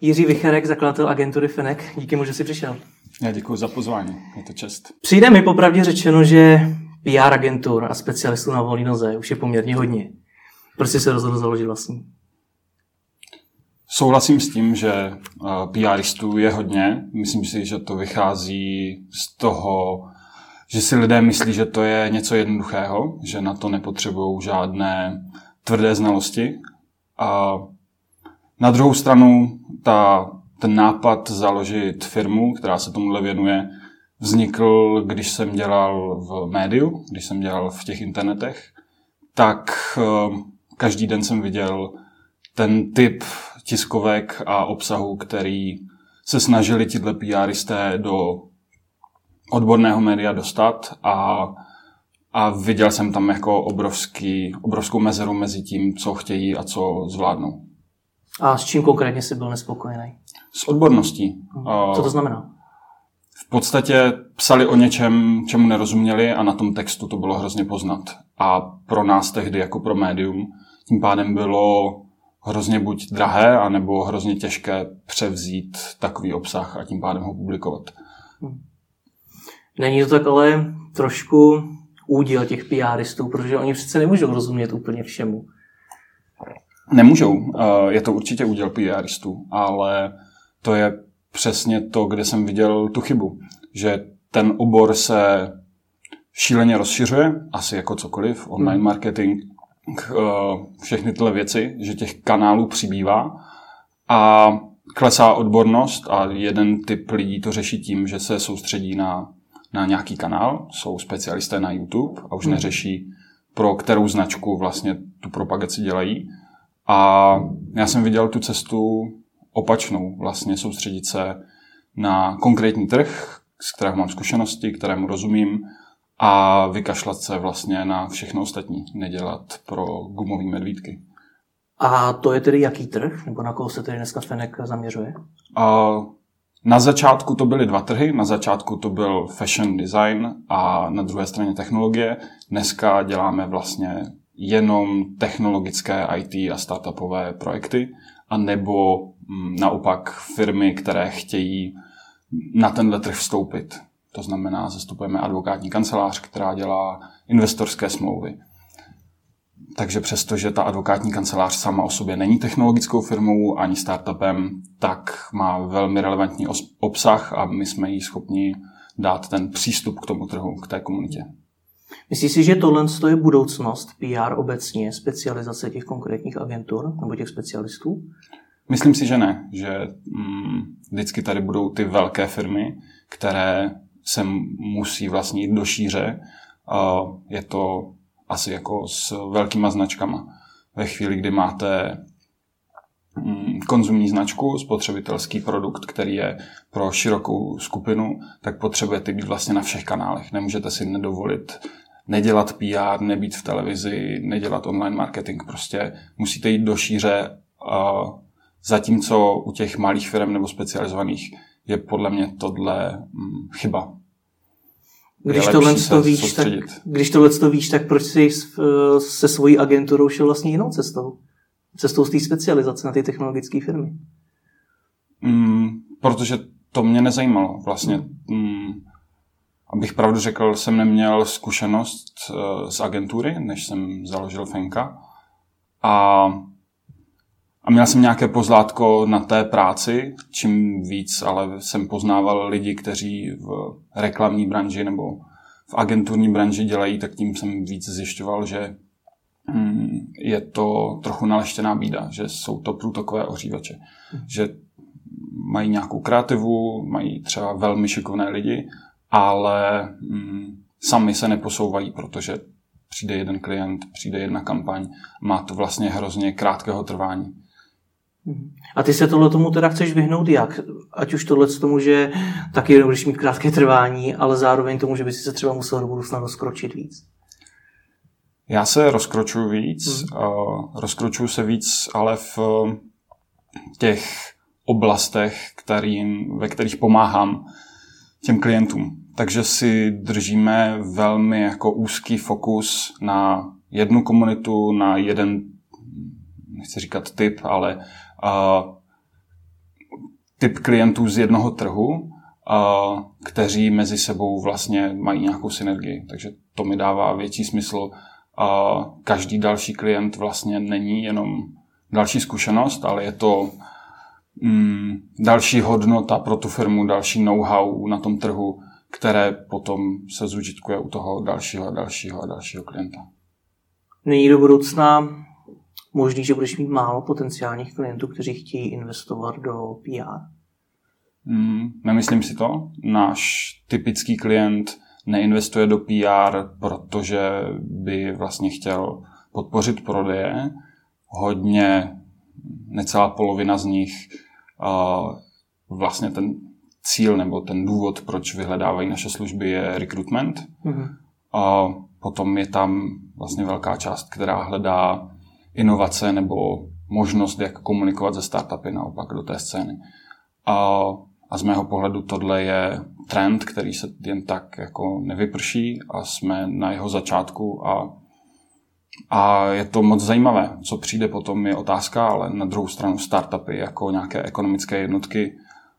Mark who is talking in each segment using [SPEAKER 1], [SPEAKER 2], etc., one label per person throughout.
[SPEAKER 1] Jiří Wicherek, zakladatel agentury Fenek. Díky mu, že jsi přišel.
[SPEAKER 2] Já děkuji za pozvání, je to čest.
[SPEAKER 1] Přijde mi popravdě řečeno, že PR agentur a specialistů na volné noze už je poměrně hodně. Proč jsi se rozhodl založit vlastní?
[SPEAKER 2] Souhlasím s tím, že PRistů je hodně. Myslím si, že to vychází z toho, že si lidé myslí, že to je něco jednoduchého, že na to nepotřebují žádné tvrdé znalosti. A na druhou stranu ten nápad založit firmu, která se tomuhle věnuje, vznikl, když jsem dělal v médiu, když jsem dělal v těch internetech, tak každý den jsem viděl ten typ tiskovek a obsahu, který se snažili tihle PRisté do odborného média dostat a viděl jsem tam jako obrovskou mezeru mezi tím, co chtějí a co zvládnou.
[SPEAKER 1] A s čím konkrétně jsi byl nespokojený?
[SPEAKER 2] S odborností.
[SPEAKER 1] Co to znamená?
[SPEAKER 2] V podstatě psali o něčem, čemu nerozuměli a na tom textu to bylo hrozně poznat. A pro nás tehdy jako pro médium tím pádem bylo hrozně buď drahé, anebo hrozně těžké převzít takový obsah a tím pádem ho publikovat.
[SPEAKER 1] Není to tak ale trošku úděl těch PRistů, protože oni přece nemůžou rozumět úplně všemu.
[SPEAKER 2] Nemůžou. Je to určitě úděl PRistů, ale to je přesně to, kde jsem viděl tu chybu. Že ten obor se šíleně rozšiřuje, asi jako cokoliv, online marketing, všechny tyhle věci, že těch kanálů přibývá a klesá odbornost a jeden typ lidí to řeší tím, že se soustředí na nějaký kanál, jsou specialisté na YouTube a už neřeší, pro kterou značku vlastně tu propagaci dělají. A já jsem viděl tu cestu opačnou, vlastně soustředit se na konkrétní trh, s kterého mám zkušenosti, kterému rozumím a vykašlat se vlastně na všechno ostatní, nedělat pro gumové medvídky.
[SPEAKER 1] A to je tedy jaký trh? Nebo na koho se tedy dneska Fenek zaměřuje?
[SPEAKER 2] Na začátku to byly 2 trhy. Na začátku to byl fashion design a na druhé straně technologie. Dneska děláme vlastně jenom technologické IT a startupové projekty, a nebo naopak firmy, které chtějí na tenhle trh vstoupit. To znamená, zastupujeme advokátní kancelář, která dělá investorské smlouvy. Takže přesto, že ta advokátní kancelář sama o sobě není technologickou firmou ani startupem, tak má velmi relevantní obsah a my jsme jí schopni dát ten přístup k tomu trhu, k té komunitě.
[SPEAKER 1] Myslíš si, že tohle je budoucnost PR obecně, specializace těch konkrétních agentur nebo těch specialistů?
[SPEAKER 2] Myslím si, že ne. Že vždycky tady budou ty velké firmy, které se musí vlastně jít do šíře. Je to asi jako s velkýma značkama. Ve chvíli, kdy máte konzumní značku, spotřebitelský produkt, který je pro širokou skupinu, tak potřebujete být vlastně na všech kanálech. Nemůžete si nedovolit nedělat PR, nebýt v televizi, nedělat online marketing. Prostě musíte jít do šíře, zatímco u těch malých firm nebo specializovaných je podle mě tohle chyba.
[SPEAKER 1] Když tohle víš, tak proč jsi se svojí agenturou šel vlastně jinou cestou? Cestou z té specializace na ty technologické firmy?
[SPEAKER 2] Protože to mě nezajímalo. Vlastně, abych pravdu řekl, jsem neměl zkušenost z agentury, než jsem založil Fenka. A měl jsem nějaké pozlátko na té práci, čím víc, ale jsem poznával lidi, kteří v reklamní branži nebo v agenturní branži dělají, tak tím jsem víc zjišťoval, že je to trochu naleštěná bída, že jsou to průtokové ohřívače. Že mají nějakou kreativu, mají třeba velmi šikovné lidi, ale sami se neposouvají, protože přijde jeden klient, přijde jedna kampaň, má to vlastně hrozně krátkého trvání.
[SPEAKER 1] A ty se tomu teda chceš vyhnout jak? Ať už tohle tomu, že taky jenom budeš mít krátké trvání, ale zároveň tomu, že by si se třeba musel do budoucna rozkročit víc.
[SPEAKER 2] Já se rozkročuju víc. Rozkročuju se víc, ale v těch oblastech, ve kterých pomáhám těm klientům. Takže si držíme velmi jako úzký fokus na jednu komunitu, na jeden, nechci říkat typ, ale typ klientů z jednoho trhu, kteří mezi sebou vlastně mají nějakou synergii. Takže to mi dává větší smysl. Každý další klient vlastně není jenom další zkušenost, ale je to další hodnota pro tu firmu, další know-how na tom trhu, které potom se zužitkuje u toho dalšího klienta.
[SPEAKER 1] Není do budoucna možný, že budeš mít málo potenciálních klientů, kteří chtějí investovat do PR?
[SPEAKER 2] Nemyslím si to. Náš typický klient neinvestuje do PR, protože by vlastně chtěl podpořit prodeje. Necelá polovina z nich vlastně ten cíl nebo ten důvod, proč vyhledávají naše služby, je recruitment. A potom je tam vlastně velká část, která hledá inovace nebo možnost, jak komunikovat ze startupy naopak do té scény. A z mého pohledu tohle je trend, který se jen tak jako nevyprší a jsme na jeho začátku a je to moc zajímavé. Co přijde potom je otázka, ale na druhou stranu startupy jako nějaké ekonomické jednotky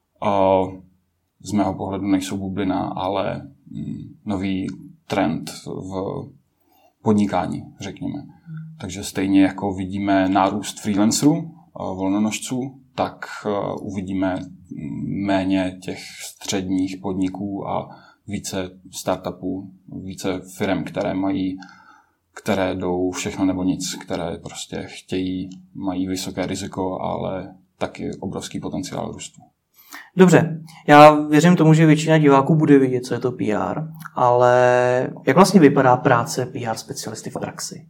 [SPEAKER 2] z mého pohledu nejsou bublina, ale nový trend v podnikání, řekněme. Takže stejně jako vidíme nárůst freelancerů, volnonožců, tak uvidíme méně těch středních podniků a více startupů, více firm, které jdou všechno nebo nic, které prostě mají vysoké riziko, ale taky obrovský potenciál růstu.
[SPEAKER 1] Dobře, já věřím tomu, že většina diváků bude vidět, co je to PR, ale jak vlastně vypadá práce PR specialisty v praxi?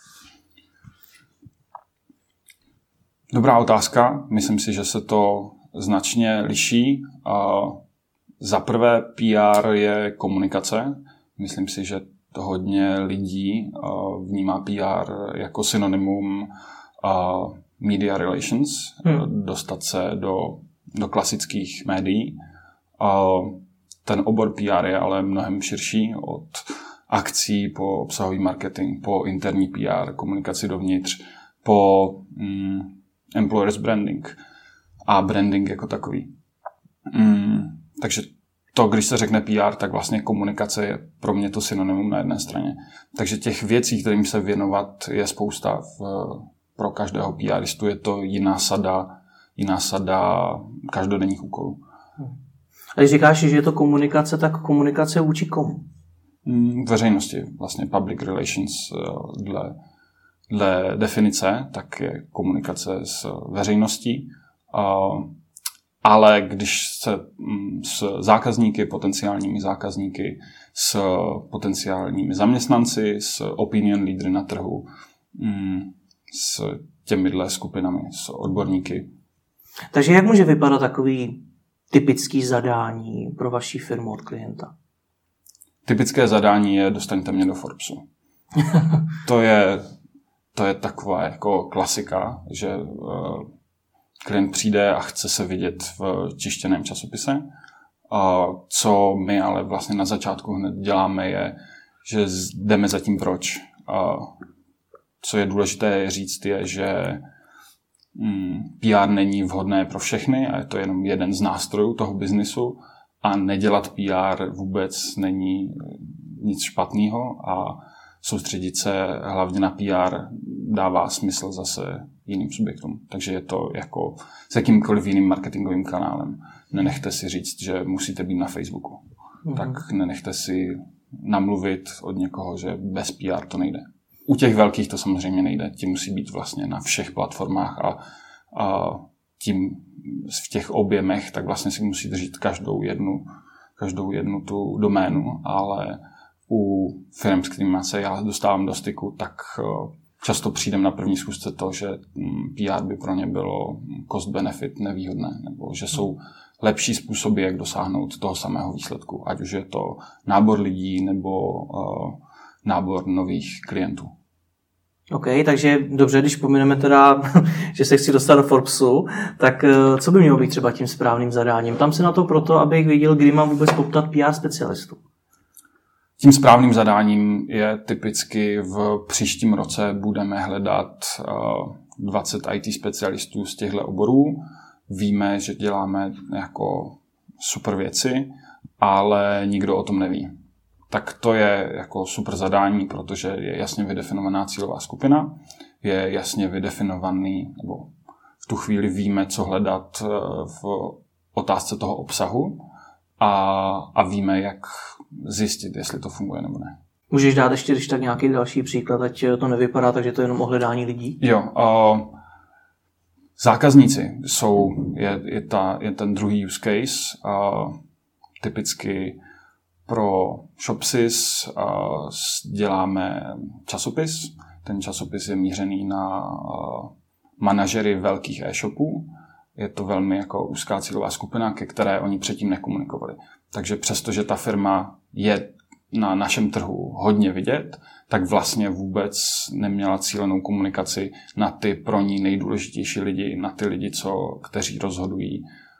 [SPEAKER 2] Dobrá otázka. Myslím si, že se to značně liší. Za prvé PR je komunikace. Myslím si, že to hodně lidí vnímá PR jako synonymum media relations, dostat se do klasických médií. Ten obor PR je ale mnohem širší, od akcí po obsahový marketing, po interní PR, komunikaci dovnitř, po employers branding a branding jako takový. Takže to, když se řekne PR, tak vlastně komunikace je pro mě to synonymum na jedné straně. Takže těch věcí, kterým se věnovat, je spousta. Pro každého PRistu je to jiná sada každodenních úkolů.
[SPEAKER 1] A když říkáš, že je to komunikace, tak komunikace vůči komu?
[SPEAKER 2] Veřejnosti. Vlastně public relations dle definice, tak je komunikace s veřejností. Ale když se s zákazníky, potenciálními zákazníky, s potenciálními zaměstnanci, s opinion leadery na trhu, s těmihle skupinami, s odborníky.
[SPEAKER 1] Takže jak může vypadat takový typický zadání pro vaši firmu od klienta?
[SPEAKER 2] Typické zadání je dostaňte mě do Forbesu. To je taková jako klasika, že klient přijde a chce se vidět v tištěném časopise. Co my ale vlastně na začátku hned děláme je, že jdeme za tím proč. Co je důležité říct je, že PR není vhodné pro všechny a je to jenom jeden z nástrojů toho biznisu a nedělat PR vůbec není nic špatného a soustředit se hlavně na PR dává smysl zase jiným subjektům. Takže je to jako s jakýmkoliv jiným marketingovým kanálem. Nenechte si říct, že musíte být na Facebooku. Tak nenechte si namluvit od někoho, že bez PR to nejde. U těch velkých to samozřejmě nejde. Ti musí být vlastně na všech platformách a tím v těch objemech tak vlastně si musí držet každou jednu tu doménu, ale u firm, s kterými se já dostávám do styku, tak často přijdem na první schůzce to, že PR by pro ně bylo cost-benefit nevýhodné, nebo že jsou lepší způsoby, jak dosáhnout toho samého výsledku, ať už je to nábor lidí nebo nábor nových klientů.
[SPEAKER 1] OK, takže dobře, když pomineme teda, že se chci dostat do Forbesu, tak co by mělo být třeba tím správným zadáním? Tam se na to proto, abych věděl, kdy mám vůbec poptat PR specialistu.
[SPEAKER 2] Tím správným zadáním je typicky v příštím roce budeme hledat 20 IT specialistů z těchto oborů. víme, že děláme jako super věci, ale nikdo o tom neví. Tak to je jako super zadání, protože je jasně vydefinovaná cílová skupina, je jasně vydefinovaný, nebo v tu chvíli víme, co hledat v otázce toho obsahu a víme, jak zjistit, jestli to funguje nebo ne.
[SPEAKER 1] Můžeš dát ještě když tak nějaký další příklad, ať to nevypadá, takže to je jenom o hledání lidí?
[SPEAKER 2] Jo, zákazníci je ten druhý use case, typicky pro Shopsys děláme časopis. Ten časopis je mířený na manažery velkých e-shopů. Je to velmi jako úzká cílová skupina, ke které oni předtím nekomunikovali. Takže přestože ta firma je na našem trhu hodně vidět, tak vlastně vůbec neměla cílenou komunikaci na ty pro ní nejdůležitější lidi, na ty lidi, kteří rozhodují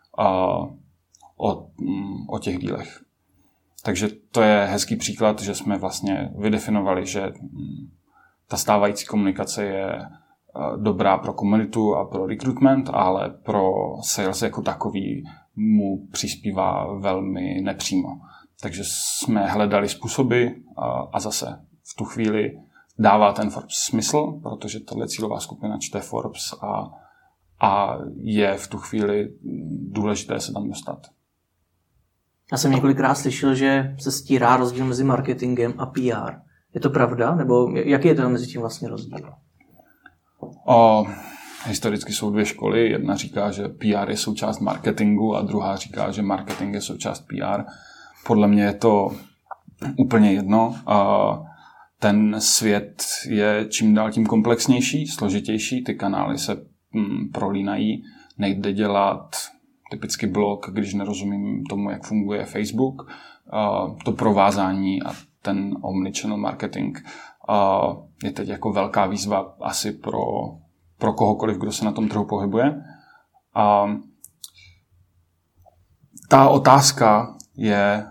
[SPEAKER 2] o těch dílech. Takže to je hezký příklad, že jsme vlastně vydefinovali, že ta stávající komunikace je dobrá pro komunitu a pro recruitment, ale pro sales jako takový mu přispívá velmi nepřímo. Takže jsme hledali způsoby a zase v tu chvíli dává ten Forbes smysl, protože tato cílová skupina čte Forbes a je v tu chvíli důležité se tam dostat.
[SPEAKER 1] Já jsem několikrát slyšel, že se stírá rozdíl mezi marketingem a PR. Je to pravda? Nebo jaký je to mezi tím vlastně rozdíl?
[SPEAKER 2] Historicky jsou dvě školy. Jedna říká, že PR je součást marketingu a druhá říká, že marketing je součást PR. Podle mě je to úplně jedno. Ten svět je čím dál tím komplexnější, složitější. Ty kanály se prolínají. Nejde dělat typicky blog, když nerozumím tomu, jak funguje Facebook. To provázání a ten omnichannel marketing je teď jako velká výzva asi pro kohokoliv, kdo se na tom trhu pohybuje. Ta otázka je,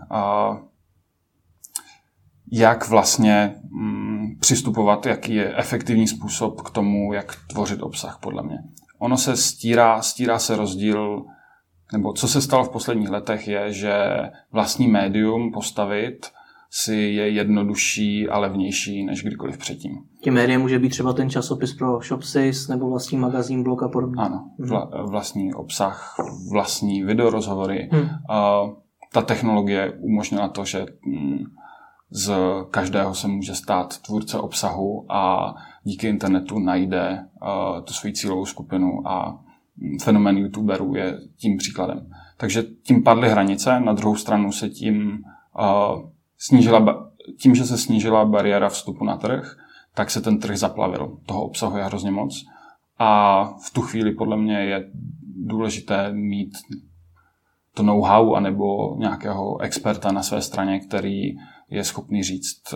[SPEAKER 2] jak vlastně přistupovat, jaký je efektivní způsob k tomu, jak tvořit obsah, podle mě. Ono se stírá se rozdíl, nebo co se stalo v posledních letech je, že vlastní médium postavit si je jednodušší a levnější než kdykoliv předtím.
[SPEAKER 1] Tím médiem může být třeba ten časopis pro Shopsys nebo vlastní magazín, blog a podobně.
[SPEAKER 2] Ano, vlastní obsah, vlastní videorozhovory. Ta technologie umožnila to, že z každého se může stát tvůrce obsahu a díky internetu najde tu svou cílovou skupinu a fenomén youtuberů je tím příkladem. Takže tím padly hranice, na druhou stranu se tím že se snížila bariéra vstupu na trh, tak se ten trh zaplavil. Toho obsahu je hrozně moc a v tu chvíli podle mě je důležité mít to know-how anebo nějakého experta na své straně, který je schopný říct,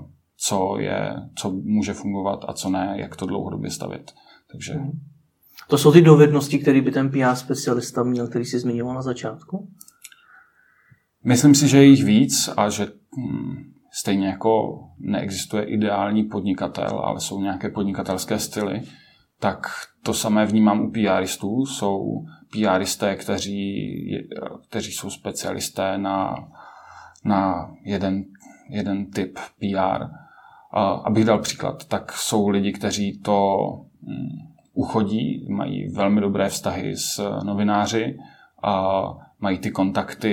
[SPEAKER 2] co může fungovat a co ne, jak to dlouhodobě stavět. Takže
[SPEAKER 1] to jsou ty dovednosti, které by ten PR specialista měl, který jsi zmiňoval na začátku?
[SPEAKER 2] Myslím si, že je jich víc a že stejně jako neexistuje ideální podnikatel, ale jsou nějaké podnikatelské styly, tak to samé vnímám u PRistů. Jsou PRisté, kteří jsou specialisté na jeden typ PR. Abych dal příklad, tak jsou lidi, kteří to uchodí, mají velmi dobré vztahy s novináři, mají ty kontakty,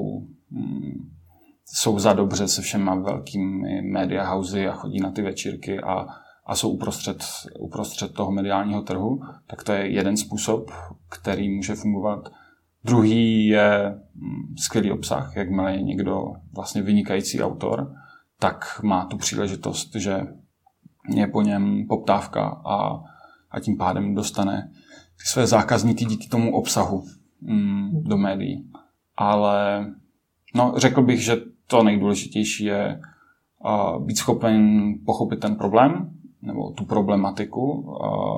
[SPEAKER 2] jsou za dobře se všema velkými media housey a chodí na ty večírky a jsou uprostřed toho mediálního trhu, tak to je jeden způsob, který může fungovat. Druhý je skvělý obsah, jakmile je někdo vlastně vynikající autor, tak má tu příležitost, že je po něm poptávka a tím pádem dostane ty své zákazníky díky tomu obsahu do médií. Ale řekl bych, že to nejdůležitější je být schopen pochopit ten problém nebo tu problematiku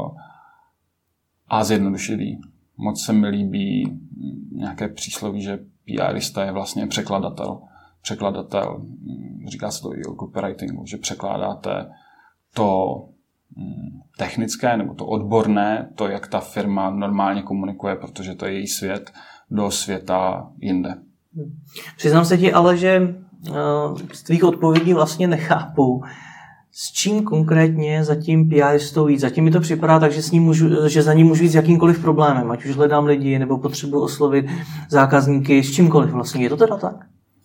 [SPEAKER 2] a zjednodušit ji. Moc se mi líbí nějaké přísloví, že PRista je vlastně překladatel. Překladatel, říká se to i o copywritingu, že překládáte to technické nebo to odborné, to, jak ta firma normálně komunikuje, protože to je její svět, do světa jinde.
[SPEAKER 1] Přiznám se ti ale, že z tvých odpovědí vlastně nechápu, s čím konkrétně zatím PRistou víc. Zatím mi to připadá tak, že za ním můžu jít s jakýmkoliv problémem, ať už hledám lidi, nebo potřebuji oslovit zákazníky, s čímkoliv vlastně. Je to teda tak?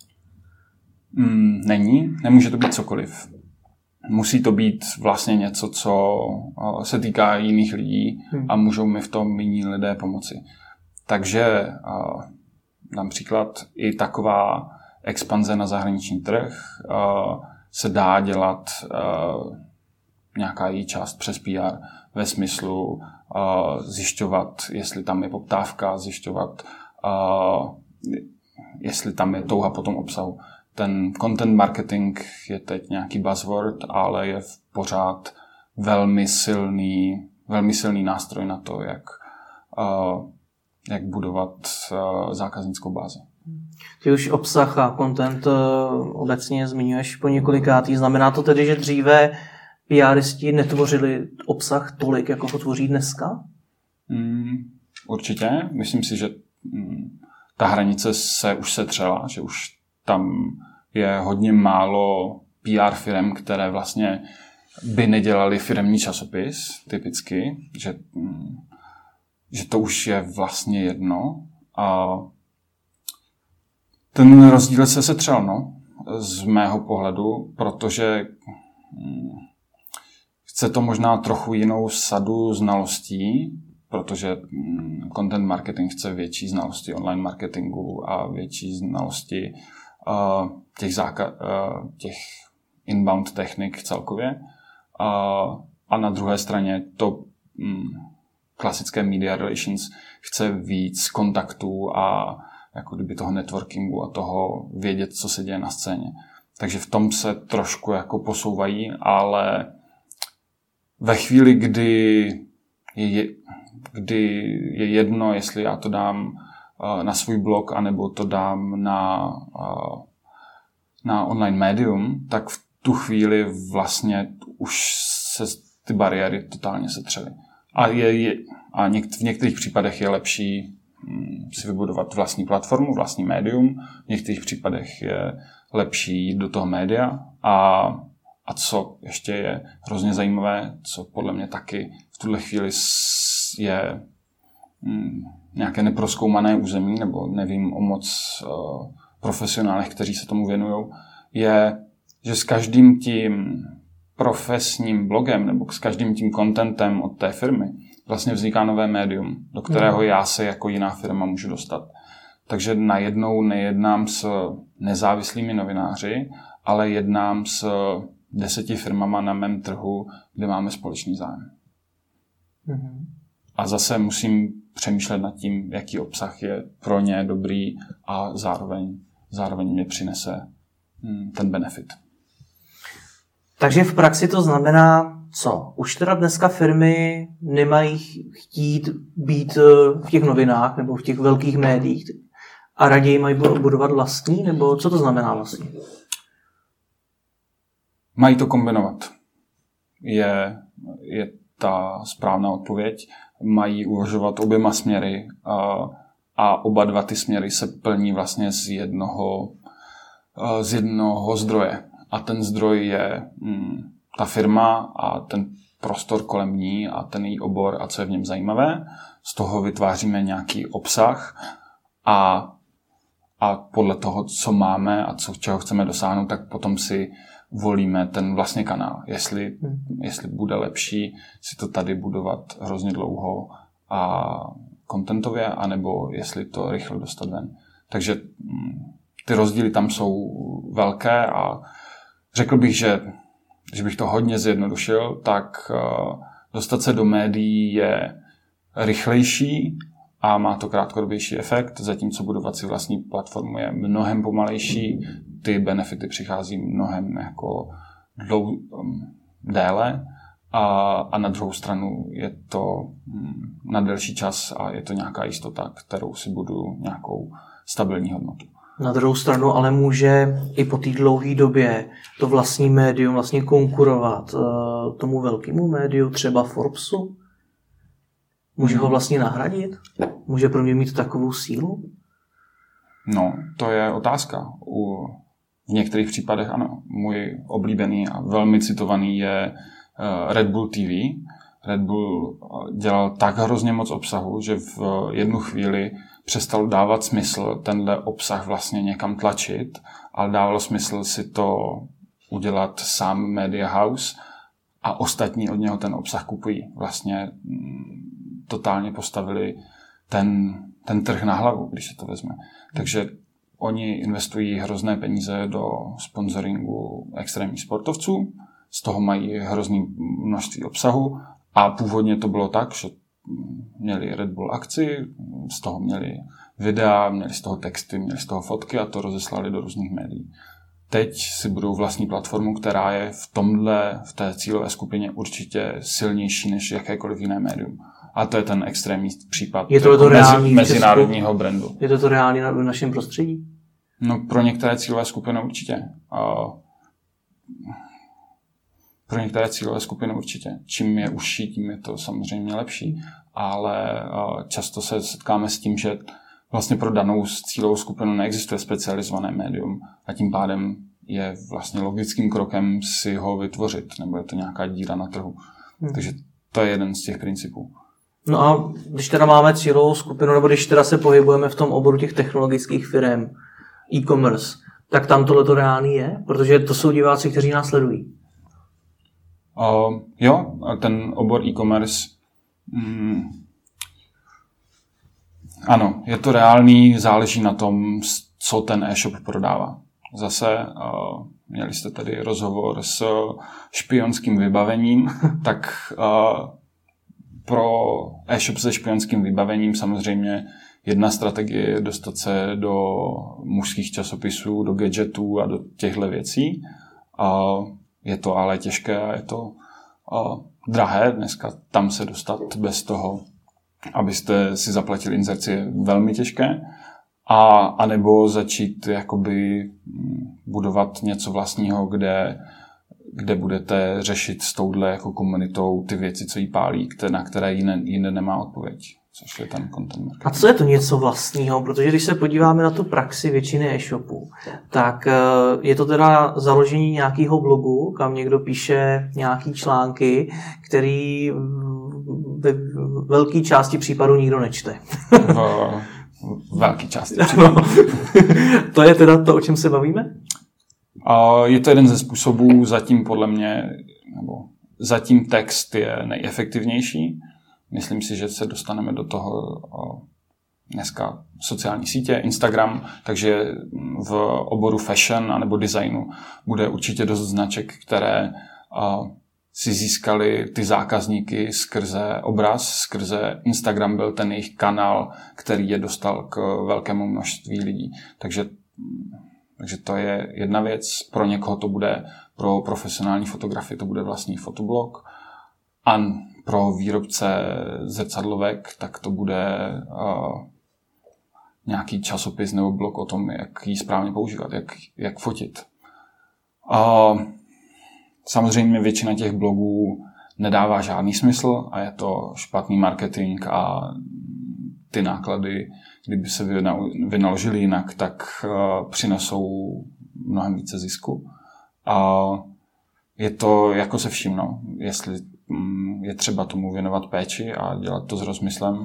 [SPEAKER 2] Nemůže to být cokoliv. Musí to být vlastně něco, co se týká jiných lidí a můžou mi v tom jiní lidé pomoci. Takže například i taková expanze na zahraniční trh se dá dělat nějaká její část přes PR ve smyslu zjišťovat, jestli tam je poptávka, zjišťovat, jestli tam je touha po tom obsahu. Ten content marketing je teď nějaký buzzword, ale je pořád velmi silný nástroj na to, jak budovat zákaznickou bázi.
[SPEAKER 1] Ty už obsah a content obecně zmiňuješ po několikátý. Znamená to tedy, že dříve PRisti netvořili obsah tolik, jako ho tvoří dneska?
[SPEAKER 2] Určitě. Myslím si, že ta hranice se už setřela, že už tam je hodně málo PR firem, které vlastně by nedělali firemní časopis, typicky, že to už je vlastně jedno. A ten rozdíl se setřel, z mého pohledu, protože chce to možná trochu jinou sadu znalostí, protože content marketing chce větší znalosti online marketingu a větší znalosti těch inbound technik celkově. A na druhé straně to klasické media relations chce víc kontaktů a jako kdyby toho networkingu a toho vědět, co se děje na scéně. Takže v tom se trošku jako posouvají, ale ve chvíli, kdy je jedno, jestli já to dám na svůj blog, anebo to dám na online médium, tak v tu chvíli vlastně už se ty bariéry totálně setřely. A v některých případech je lepší si vybudovat vlastní platformu, vlastní médium. V některých případech je lepší jít do toho média. A co ještě je hrozně zajímavé, co podle mě taky v tuhle chvíli je nějaké neprozkoumané území, nebo nevím o moc profesionálech, kteří se tomu věnují, je, že s každým tím profesním blogem nebo s každým tím contentem od té firmy vlastně vzniká nové médium, do kterého já se jako jiná firma můžu dostat. Takže najednou nejednám s nezávislými novináři, ale jednám s 10 firmama na mém trhu, kde máme společný zájem. A zase musím přemýšlet nad tím, jaký obsah je pro ně dobrý a zároveň mě přinese ten benefit.
[SPEAKER 1] Takže v praxi to znamená co? Už teda dneska firmy nemají chtít být v těch novinách nebo v těch velkých médiích a raději mají budovat vlastní? Nebo co to znamená vlastně?
[SPEAKER 2] Mají to kombinovat. Je ta správná odpověď. Mají uvažovat oběma směry a oba dva ty směry se plní vlastně z jednoho zdroje. A ten zdroj je ta firma a ten prostor kolem ní a ten její obor a co je v něm zajímavé. Z toho vytváříme nějaký obsah a podle toho, co máme a čeho chceme dosáhnout, tak potom si volíme ten vlastně kanál. Jestli bude lepší si to tady budovat hrozně dlouho a contentově, anebo jestli to rychle dostat ven. Takže ty rozdíly tam jsou velké a řekl bych, že když bych to hodně zjednodušil, tak dostat se do médií je rychlejší a má to krátkodobější efekt, zatímco budovat si vlastní platformu je mnohem pomalejší, ty benefity přichází mnohem jako déle a na druhou stranu je to na delší čas a je to nějaká jistota, kterou si budu nějakou stabilní hodnotu.
[SPEAKER 1] Na druhou stranu ale může i po té dlouhé době to vlastní médium vlastně konkurovat tomu velkému médiu, třeba Forbesu? Může ho vlastně nahradit? Může pro mě mít takovou sílu?
[SPEAKER 2] No, to je otázka. V některých případech ano. Můj oblíbený a velmi citovaný je Red Bull TV. Red Bull dělal tak hrozně moc obsahu, že v jednu chvíli přestal dávat smysl tenhle obsah vlastně někam tlačit, ale dávalo smysl si to udělat sám Media House a ostatní od něho ten obsah kupují. Vlastně totálně postavili ten trh na hlavu, když se to vezme. Takže oni investují hrozné peníze do sponsoringu extrémních sportovců, z toho mají hrozné množství obsahu a původně to bylo tak, že měli Red Bull akci, z toho měli videa, měli z toho texty, měli z toho fotky a to rozeslali do různých médií. Teď si budou vlastní platformu, která je v té cílové skupině určitě silnější než jakékoliv jiné médium. A to je ten extrémní případ mezinárodního brandu.
[SPEAKER 1] Je to reálně v našem prostředí?
[SPEAKER 2] No pro některé cílové skupiny určitě. Čím je užší, tím je to samozřejmě lepší. Ale často se setkáme s tím, že vlastně pro danou cílovou skupinu neexistuje specializované médium a tím pádem je vlastně logickým krokem si ho vytvořit, nebo je to nějaká díra na trhu. Takže to je jeden z těch principů.
[SPEAKER 1] No a když teda máme cílovou skupinu, nebo když teda se pohybujeme v tom oboru těch technologických firm, e-commerce, tak tam tohleto reálný je? Protože to jsou diváci, kteří nás sledují.
[SPEAKER 2] Jo, ten obor e-commerce ano, je to reálný, záleží na tom, co ten e-shop prodává. Zase měli jste tady rozhovor s špionským vybavením, tak pro e-shop se špionským vybavením samozřejmě jedna strategie je dostat se do mužských časopisů, do gadgetů a do těchto věcí. Je to ale těžké a je to drahé dneska tam se dostat bez toho, abyste si zaplatili inzerci, je velmi těžké. A nebo začít jakoby budovat něco vlastního, kde budete řešit s touhle jako komunitou ty věci, co jí pálí, na které jinde nemá odpověď, což je ten content marketing.
[SPEAKER 1] A co je to něco vlastního? Protože když se podíváme na tu praxi většiny e-shopů, tak je to teda založení nějakého blogu, kam někdo píše nějaký články, který ve velké části případů nikdo nečte.
[SPEAKER 2] V velké části případů.
[SPEAKER 1] To je teda to, o čem se bavíme?
[SPEAKER 2] Je to jeden ze způsobů, zatím podle mě, nebo zatím text je nejefektivnější. Myslím si, že se dostaneme do toho dneska sociální sítě, Instagram, takže v oboru fashion anebo designu bude určitě dost značek, které si získali ty zákazníky skrze obraz, skrze Instagram byl ten jejich kanál, který je dostal k velkému množství lidí. Takže to je jedna věc. Pro někoho to bude, pro profesionální fotografii to bude vlastní fotoblog a pro výrobce zrcadlovek tak to bude nějaký časopis nebo blog o tom, jak ji správně používat, jak fotit. Samozřejmě většina těch blogů nedává žádný smysl a je to špatný marketing a ty náklady, kdyby se vynaložili jinak, tak přinesou mnohem více zisku. A je to jako se vším, no. Jestli je třeba tomu věnovat péči a dělat to s rozmyslem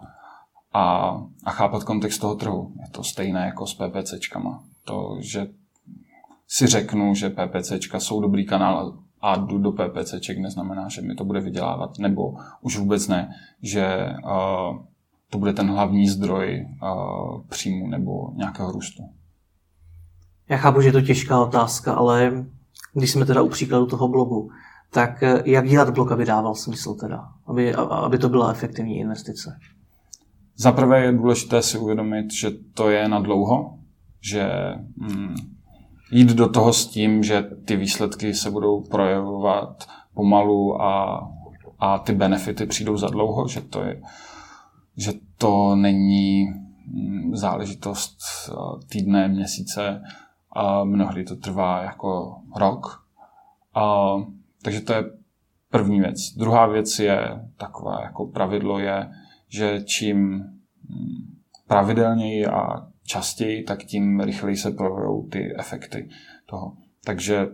[SPEAKER 2] a chápat kontext toho trhu. Je to stejné jako s PPCčkama. To, že si řeknu, že PPCčka jsou dobrý kanál a jdu do PPCček, neznamená, že mi to bude vydělávat. Nebo už vůbec ne, že to bude ten hlavní zdroj příjmu nebo nějakého růstu.
[SPEAKER 1] Já chápu, že je to těžká otázka, ale když jsme teda u příkladu toho blogu, tak jak dělat blog, aby dával smysl teda? Aby to byla efektivní investice?
[SPEAKER 2] Za prvé je důležité si uvědomit, že to je na dlouho, že jít do toho s tím, že ty výsledky se budou projevovat pomalu a ty benefity přijdou za dlouho, že to není záležitost týdne, měsíce a mnohdy to trvá jako rok. Takže to je první věc. Druhá věc je takové jako pravidlo je, že čím pravidelněji a častěji, tak tím rychleji se projevou ty efekty toho. Takže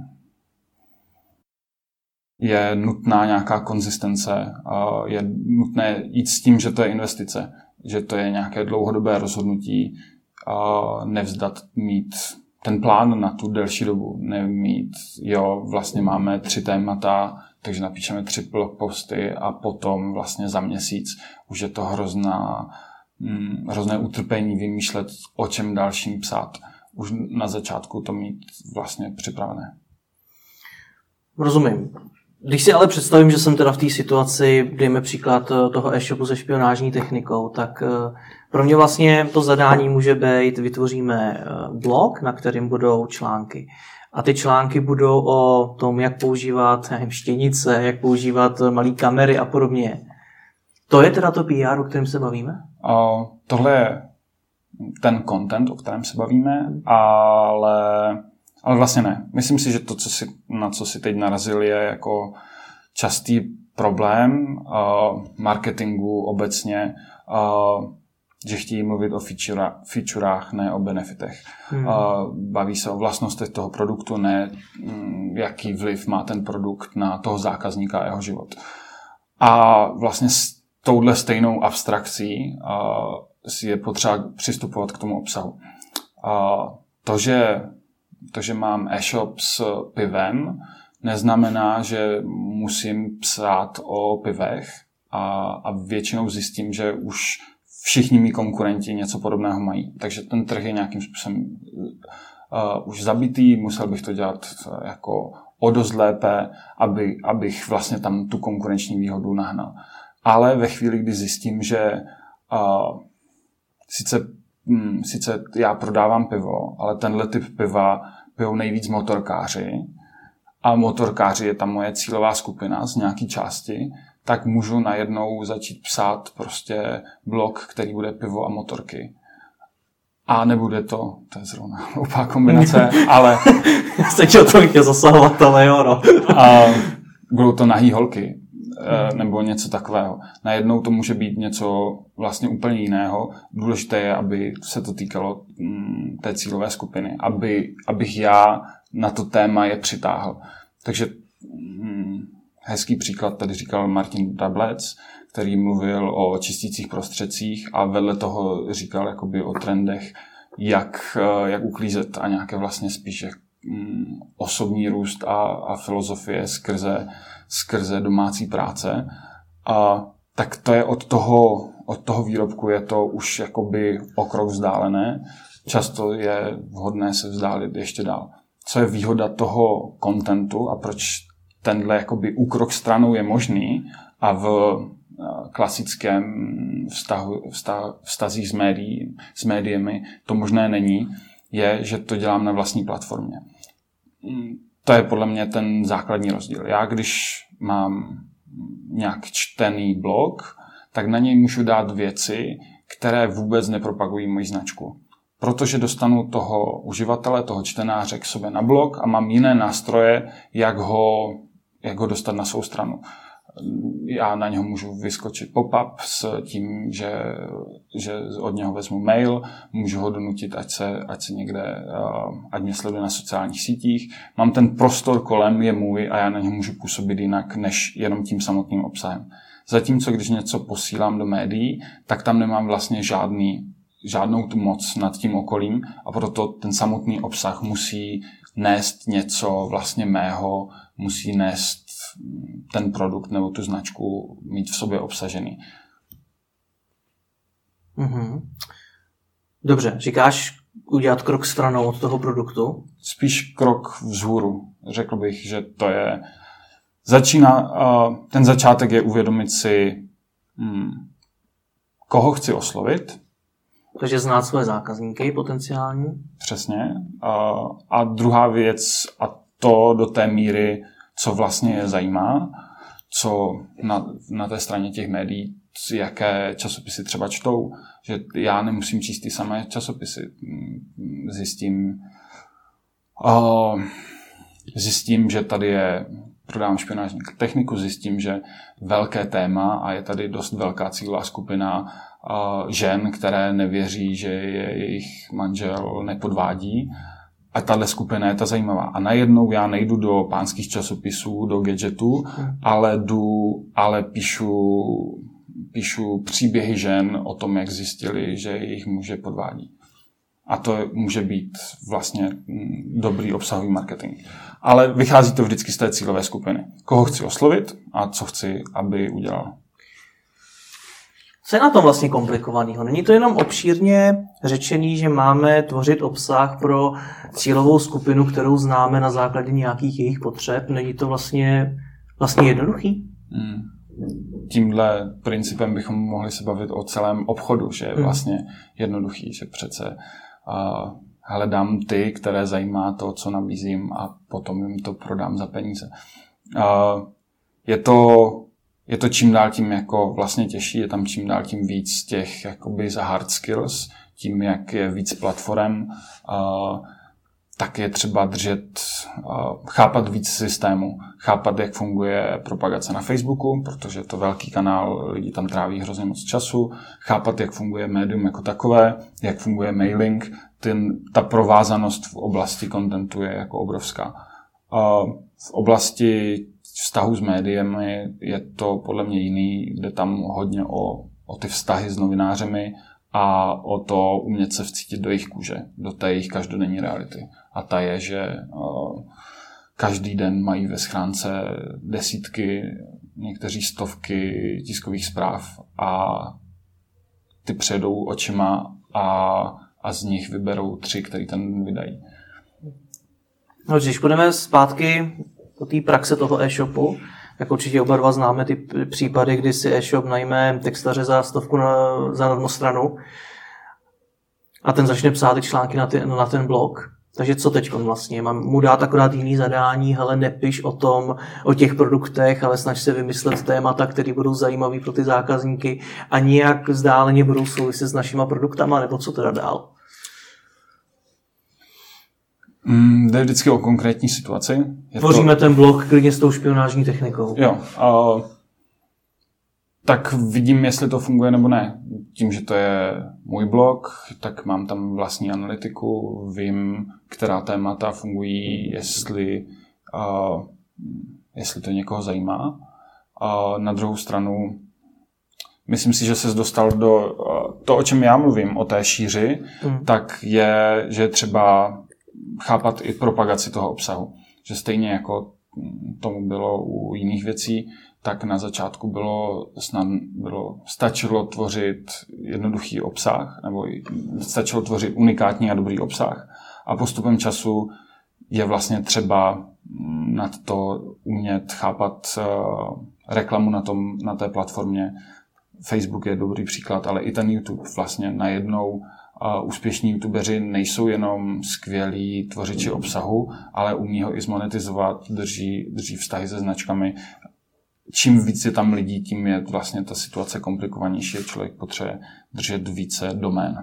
[SPEAKER 2] je nutná nějaká konzistence, je nutné jít s tím, že to je investice, že to je nějaké dlouhodobé rozhodnutí, nevzdat mít ten plán na tu delší dobu, nemít, vlastně máme 3 témata, takže napíšeme 3 blog posty a potom vlastně za měsíc už je to hrozné utrpení vymýšlet, o čem dalším psát. Už na začátku to mít vlastně připravené.
[SPEAKER 1] Rozumím. Když si ale představím, že jsem teda v té situaci, dejme příklad toho e-shopu se špionážní technikou, tak pro mě vlastně to zadání může být, vytvoříme blog, na kterém budou články. A ty články budou o tom, jak používat štěnice, jak používat malé kamery a podobně. To je teda to PR, o kterém se bavíme?
[SPEAKER 2] Tohle je ten content, o kterém se bavíme, ale vlastně ne. Myslím si, že to, na co si teď narazil, je jako častý problém marketingu obecně, že chtějí mluvit o featurách, ne o benefitech. Baví se o vlastnostech toho produktu, ne jaký vliv má ten produkt na toho zákazníka a jeho život. A vlastně s touhle stejnou abstrakcí je potřeba přistupovat k tomu obsahu. To, že mám e-shop s pivem, neznamená, že musím psát o pivech a většinou zjistím, že už všichni mý konkurenti něco podobného mají. Takže ten trh je nějakým způsobem už zabitý, musel bych to dělat jako o dost lépe, abych vlastně tam tu konkurenční výhodu nahnal. Ale ve chvíli, kdy zjistím, že sice já prodávám pivo, ale tenhle typ piva pijou nejvíc motorkáři a motorkáři je tam moje cílová skupina z nějaký části, tak můžu najednou začít psát prostě blog, který bude pivo a motorky. A nebude to je zrovna úplná kombinace, ale...
[SPEAKER 1] Jste to chtěl zasahovat, ale jo, no.
[SPEAKER 2] Budou to nahý holky, nebo něco takového. Najednou to může být něco vlastně úplně jiného. Důležité je, aby se to týkalo té cílové skupiny, abych já na to téma je přitáhl. Takže hezký příklad tady říkal Martin Dablec, který mluvil o čistících prostředcích a vedle toho říkal jakoby o trendech, jak uklízet a nějaké vlastně spíše osobní růst a filozofie skrze domácí práce. A tak to je od toho výrobku je to už jakoby o krok vzdálené. Často je vhodné se vzdálit ještě dál. Co je výhoda toho kontentu a proč tenhle jakoby úkrok stranou je možný a v klasickém vztazích s médiemi to možné není, je, že to dělám na vlastní platformě. To je podle mě ten základní rozdíl. Já když mám nějak čtený blog, tak na něj můžu dát věci, které vůbec nepropagují moji značku. Protože dostanu toho uživatele, toho čtenáře k sobě na blog a mám jiné nástroje, jak ho dostat na svou stranu. Já na něho můžu vyskočit pop-up s tím, že od něho vezmu mail, můžu ho donutit, ať se někde, ať mě sleduje na sociálních sítích. Mám ten prostor kolem, je můj a já na něho můžu působit jinak, než jenom tím samotným obsahem. Zatímco, když něco posílám do médií, tak tam nemám vlastně žádnou tu moc nad tím okolím a proto ten samotný obsah musí nést něco vlastně mého, musí nést ten produkt nebo tu značku mít v sobě obsažený.
[SPEAKER 1] Mm-hmm. Dobře, říkáš udělat krok stranou od toho produktu?
[SPEAKER 2] Spíš krok vzhůru. Řekl bych, že to je... Ten začátek je uvědomit si, koho chci oslovit.
[SPEAKER 1] Takže znát své zákazníky potenciální.
[SPEAKER 2] Přesně. A druhá věc, a to do té míry, co vlastně je zajímá, co na té straně těch médií jaké časopisy třeba čtou, že já nemusím číst ty samé časopisy. Zjistím, že tady prodám špionážní techniku, zjistím, že velké téma a je tady dost velká cílová skupina žen, které nevěří, že jejich manžel nepodvádí. A tahle skupina je ta zajímavá. A najednou já nejdu do pánských časopisů, do gadgetů, ale píšu příběhy žen o tom, jak zjistili, že jejich muže podvádí. A to může být vlastně dobrý obsahový marketing. Ale vychází to vždycky z té cílové skupiny. Koho chci oslovit a co chci, aby udělal.
[SPEAKER 1] Co je na tom vlastně komplikovaného? Není to jenom obšírně řečený, že máme tvořit obsah pro cílovou skupinu, kterou známe na základě nějakých jejich potřeb? Není to vlastně jednoduchý?
[SPEAKER 2] Tímhle principem bychom mohli se bavit o celém obchodu, že je vlastně jednoduchý, že přece hledám ty, které zajímá to, co nabízím a potom jim to prodám za peníze. Je to čím dál tím jako vlastně těžší, je tam čím dál tím víc těch jakoby hard skills, tím, jak je víc platform, tak je třeba chápat víc systému, chápat, jak funguje propagace na Facebooku, protože je to velký kanál, lidi tam tráví hrozně moc času, chápat, jak funguje médium jako takové, jak funguje mailing, ta provázanost v oblasti contentu je jako obrovská. V oblasti vztahu s médiem je to podle mě jiný, jde tam hodně o ty vztahy s novinářemi a o to umět se vcítit do jejich kůže, do té jejich každodenní reality. A ta je, že každý den mají ve schránce desítky, někteří stovky tiskových zpráv a ty přejdou očima a z nich vyberou 3, který ten den vydají.
[SPEAKER 1] No, když půjdeme zpátky do té praxe toho e-shopu, jak určitě oba dva známe ty případy, kdy si e-shop najme textaře za 100 za normostranu a ten začne psát ty články na ten blog. Takže co teď vlastně? Mám mu dát akorát jiný zadání, hele, nepiš o těch produktech, ale snaž se vymyslet témata, které budou zajímavé pro ty zákazníky a nijak vzdáleně budou souviset s našima produktama, nebo co teda dál?
[SPEAKER 2] Jde vždycky o konkrétní situaci.
[SPEAKER 1] Tvoříme ten blog klidně s tou špionážní technikou.
[SPEAKER 2] Jo. Tak vidím, jestli to funguje nebo ne. Tím, že to je můj blog, tak mám tam vlastní analytiku, vím, která témata fungují, jestli to někoho zajímá. Na druhou stranu, myslím si, že ses dostal do to, o čem já mluvím, o té šíři, tak je, že třeba chápat i propagaci toho obsahu. Že stejně jako tomu bylo u jiných věcí, tak na začátku stačilo tvořit jednoduchý obsah, nebo stačilo tvořit unikátní a dobrý obsah. A postupem času je vlastně třeba nad to umět chápat reklamu na té platformě. Facebook je dobrý příklad, ale i ten YouTube vlastně najednou úspěšní youtubeři nejsou jenom skvělí tvořiči obsahu, ale umí ho i zmonetizovat, drží vztahy se značkami. Čím víc je tam lidí, tím je vlastně ta situace komplikovanější a člověk potřebuje držet více domén.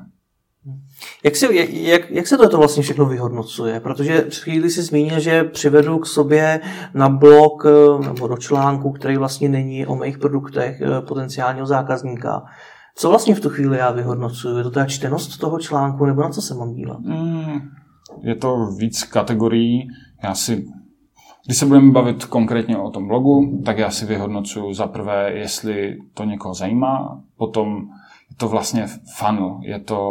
[SPEAKER 1] Jak se to vlastně všechno vyhodnocuje? Protože před chvíli si zmínil, že přivedu k sobě na blog nebo do článku, který vlastně není o mých produktech potenciálního zákazníka. Co vlastně v tu chvíli já vyhodnocuju? Je to ta čtenost toho článku, nebo na co se mám dívat?
[SPEAKER 2] Je to víc kategorií. Když se budeme bavit konkrétně o tom blogu, tak já si vyhodnocuju za prvé, jestli to někoho zajímá, potom je to vlastně funnel,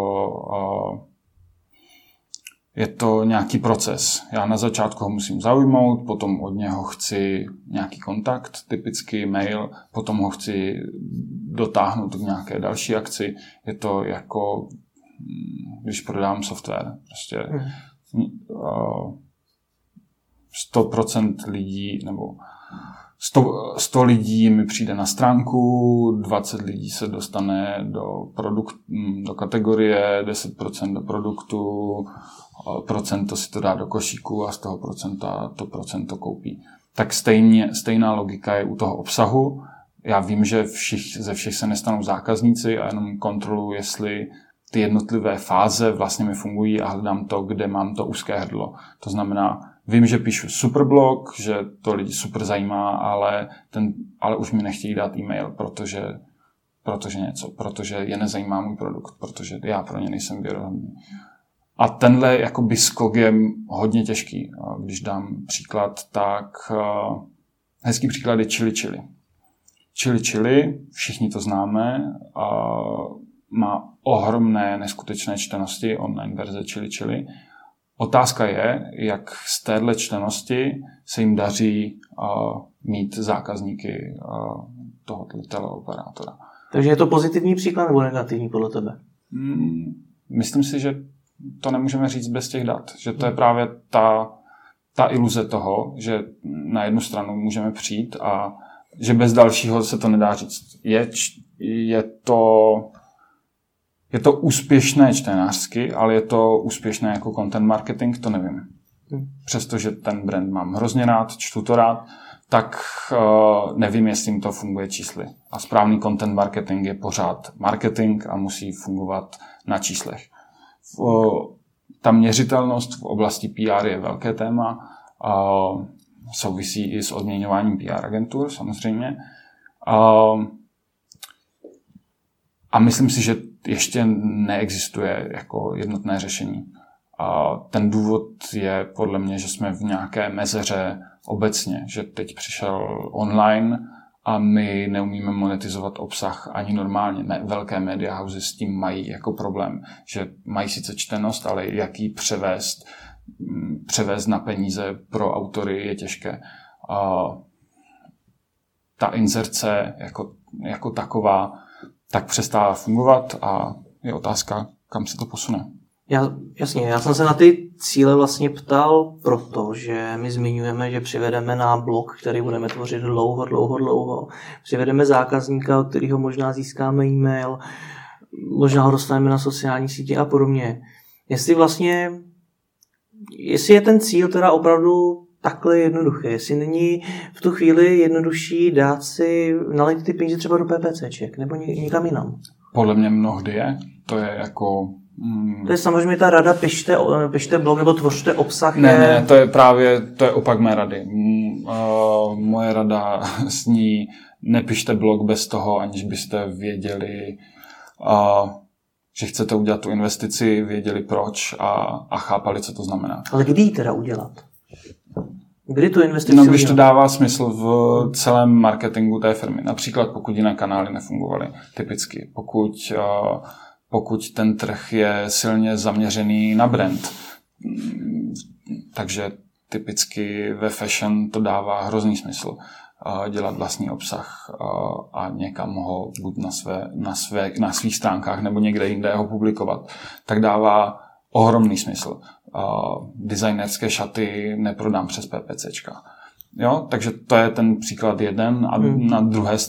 [SPEAKER 2] je to nějaký proces. Já na začátku ho musím zaujmout, potom od něho chci nějaký kontakt, typicky mail, potom ho chci dotáhnout k nějaké další akci. Je to jako, když prodám software. Prostě 100% lidí, nebo 100 lidí mi přijde na stránku, 20 lidí se dostane do kategorie, 10% do produktu, procento si to dá do košíku a z toho procenta to procento koupí. Tak stejná logika je u toho obsahu. já vím, že ze všech se nestanou zákazníci a jenom kontroluji, jestli ty jednotlivé fáze vlastně mi fungují a hledám to, kde mám to úzké hrdlo. To znamená, vím, že píšu super blog, že to lidi super zajímá, ale už mi nechtějí dát e-mail, protože je nezajímá můj produkt, protože já pro ně nejsem věrohodný. A tenhle jakoby skok je hodně těžký. Když dám příklad, tak hezký příklad je Chili Chili. Chili Chili, všichni to známe, má ohromné neskutečné čtenosti, online verze Chili Chili. Otázka je, jak z téhle čtenosti se jim daří mít zákazníky tohoto teleoperátora.
[SPEAKER 1] Takže je to pozitivní příklad nebo negativní podle tebe?
[SPEAKER 2] Myslím si, že to nemůžeme říct bez těch dat. Že to je právě ta iluze toho, že na jednu stranu můžeme přijít a že bez dalšího se to nedá říct. Je to úspěšné čtenářsky, ale je to úspěšné jako content marketing, to nevím. Přestože ten brand mám hrozně rád, čtu to rád, tak nevím, jestli jim to funguje čísly. A správný content marketing je pořád marketing a musí fungovat na číslech. Ta měřitelnost v oblasti PR je velké téma, souvisí i s odměňováním PR agentur samozřejmě. A myslím si, že ještě neexistuje jako jednotné řešení. Ten důvod je podle mě, že jsme v nějaké mezeře obecně, že teď přišel online a my neumíme monetizovat obsah ani normálně. Velké media houses s tím mají jako problém, že mají sice čtenost, ale jak ji převést na peníze pro autory je těžké. Ta inzerce jako taková tak přestává fungovat a je otázka, kam se to posune.
[SPEAKER 1] Já jsem se na ty cíle vlastně ptal, protože my zmiňujeme, že přivedeme na blog, který budeme tvořit dlouho. Přivedeme zákazníka, od kterého možná získáme e-mail, možná ho dostaneme na sociální sítě a podobně. Jestli je ten cíl teda opravdu takhle jednoduché, jestli není v tu chvíli jednodušší dát si nalejt ty peníze třeba do PPCček nebo někam jinam.
[SPEAKER 2] Podle mě mnohdy je. To je jako...
[SPEAKER 1] To je samozřejmě ta rada, pište blog nebo tvořte obsah.
[SPEAKER 2] Ne, to je opak mé rady. Moje rada zní, nepište blog bez toho, aniž byste věděli, že chcete udělat tu investici, věděli proč a chápali, co to znamená.
[SPEAKER 1] Ale kdy ji teda udělat? Kdy tu investici
[SPEAKER 2] No, když to dává smysl v celém marketingu té firmy. Například pokud jiné kanály nefungovaly typicky. Pokud ten trh je silně zaměřený na brand. Takže typicky ve fashion to dává hrozný smysl dělat vlastní obsah a někam ho buď na svých stránkách nebo někde jinde ho publikovat. Tak dává ohromný smysl. Designerské šaty neprodám přes PPCčka. Jo? Takže to je ten příklad jeden a na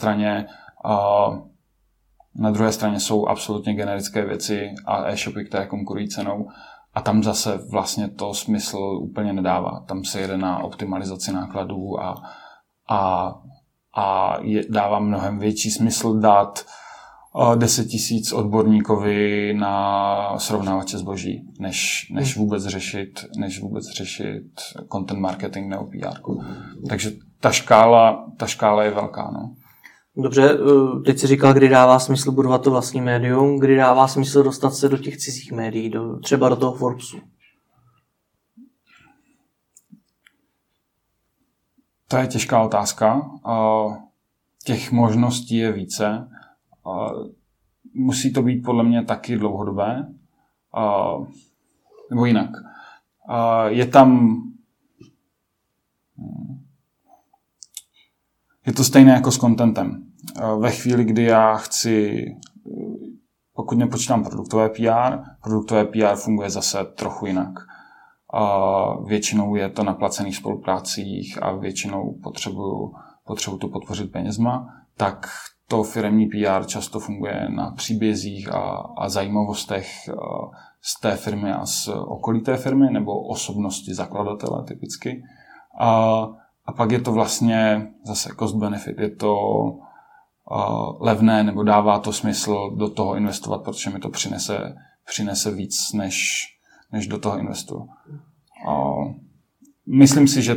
[SPEAKER 2] druhé straně jsou absolutně generické věci a e-shopy, které konkurují cenou a tam zase vlastně to smysl úplně nedává. Tam se jede na optimalizaci nákladů a dává mnohem větší smysl dát 10 000 odborníkovi na srovnávače zboží, než vůbec řešit content marketing nebo PR. Takže ta škála je velká. No.
[SPEAKER 1] Dobře, teď jsi říkal, kdy dává smysl budovat to vlastní médium, kdy dává smysl dostat se do těch cizích médií, třeba do toho Forbesu.
[SPEAKER 2] To je těžká otázka. Těch možností je více. Musí to být podle mě taky dlouhodobé. Nebo jinak. Je to stejné jako s contentem. Ve chvíli, kdy já chci, pokud nepočítám produktové PR funguje zase trochu jinak. Většinou je to na placených spoluprácích a většinou potřebuju to podpořit penězma, tak to firemní PR často funguje na příbězích a zajímavostech z té firmy a z okolí té firmy nebo osobnosti zakladatele typicky. A pak je to vlastně zase cost benefit. Je to levné, nebo dává to smysl do toho investovat, protože mi to přinese víc, než do toho investuju. Myslím si, že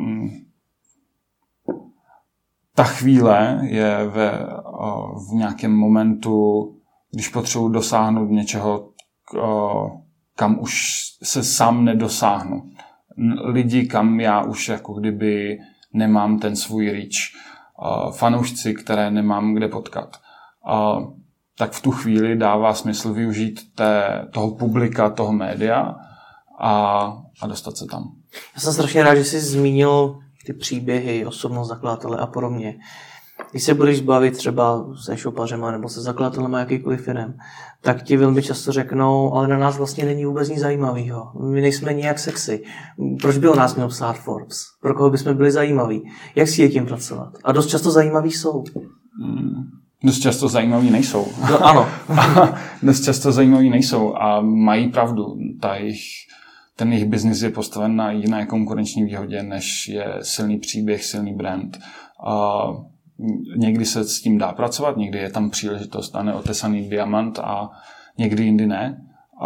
[SPEAKER 2] ta chvíle je v nějakém momentu, když potřebuji dosáhnout něčeho, kam už se sám nedosáhnu. Lidi, kam já už jako kdyby nemám ten svůj reach. Fanoušci, které nemám kde potkat. Tak v tu chvíli dává smysl využít toho publika, toho média a dostat se tam.
[SPEAKER 1] Já jsem strašně rád, že jsi zmínil ty příběhy, osobnost zakladatele a podobně. Když se budeš bavit třeba se e-shopařema nebo se zakladatelema jakýkoliv firem, tak ti velmi často řeknou, ale na nás vlastně není vůbec nic zajímavého. My nejsme nijak sexy. Proč by o nás měl psát Forbes? Pro koho bychom byli zajímaví? Jak si je tím pracovat? A dost často zajímaví jsou.
[SPEAKER 2] Dost často zajímaví nejsou.
[SPEAKER 1] No, ano.
[SPEAKER 2] Dost často zajímaví nejsou a mají pravdu. Ten jejich biznis je postaven na jiné konkurenční výhodě, než je silný příběh, silný brand. Někdy se s tím dá pracovat, někdy je tam příležitost a neotesaný diamant a někdy jindy ne.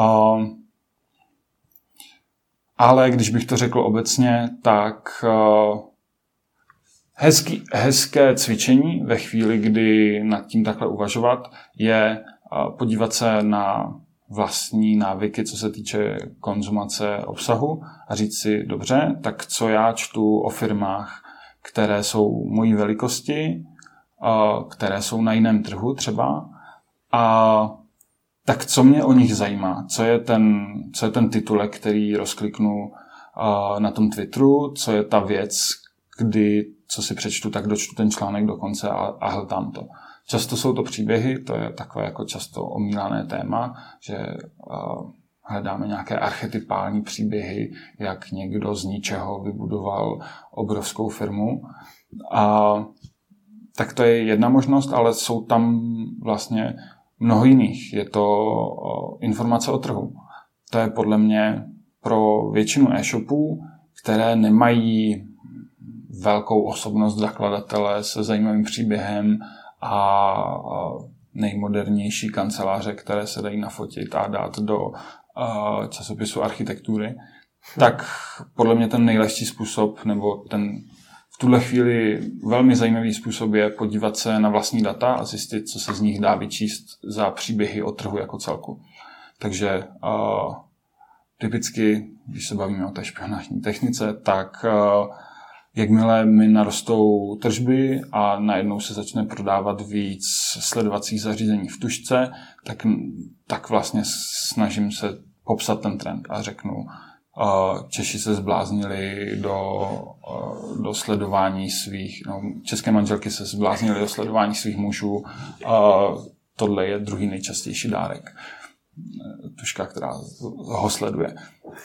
[SPEAKER 2] Ale když bych to řekl obecně, tak hezké cvičení ve chvíli, kdy nad tím takhle uvažovat, je podívat se na vlastní návyky, co se týče konzumace obsahu a říct si, dobře, tak co já čtu o firmách, které jsou mojí velikosti, které jsou na jiném trhu třeba, a tak co mě o nich zajímá, co je ten titulek, který rozkliknu na tom Twitteru, co je ta věc, co si přečtu, tak dočtu ten článek do konce a hledám to. Často jsou to příběhy, to je takové jako často omílané téma, že hledáme nějaké archetypální příběhy, jak někdo z ničeho vybudoval obrovskou firmu. Tak to je jedna možnost, ale jsou tam vlastně mnoho jiných. Je to informace o trhu. To je podle mě pro většinu e-shopů, které nemají velkou osobnost zakladatele se zajímavým příběhem a nejmodernější kanceláře, které se dají nafotit a dát do časopisu architektury, tak podle mě ten nejlepší způsob, nebo ten v tuhle chvíli velmi zajímavý způsob je podívat se na vlastní data a zjistit, co se z nich dá vyčíst za příběhy o trhu jako celku. Takže typicky, když se bavíme o té špionážní technice, tak jakmile mi narostou tržby a najednou se začne prodávat víc sledovacích zařízení v tužce, tak vlastně snažím se popsat ten trend a řeknu, Češi se zbláznili do sledování svých, české manželky se zbláznily do sledování svých mužů. Tohle je druhý nejčastější dárek. Tužka, která ho sleduje.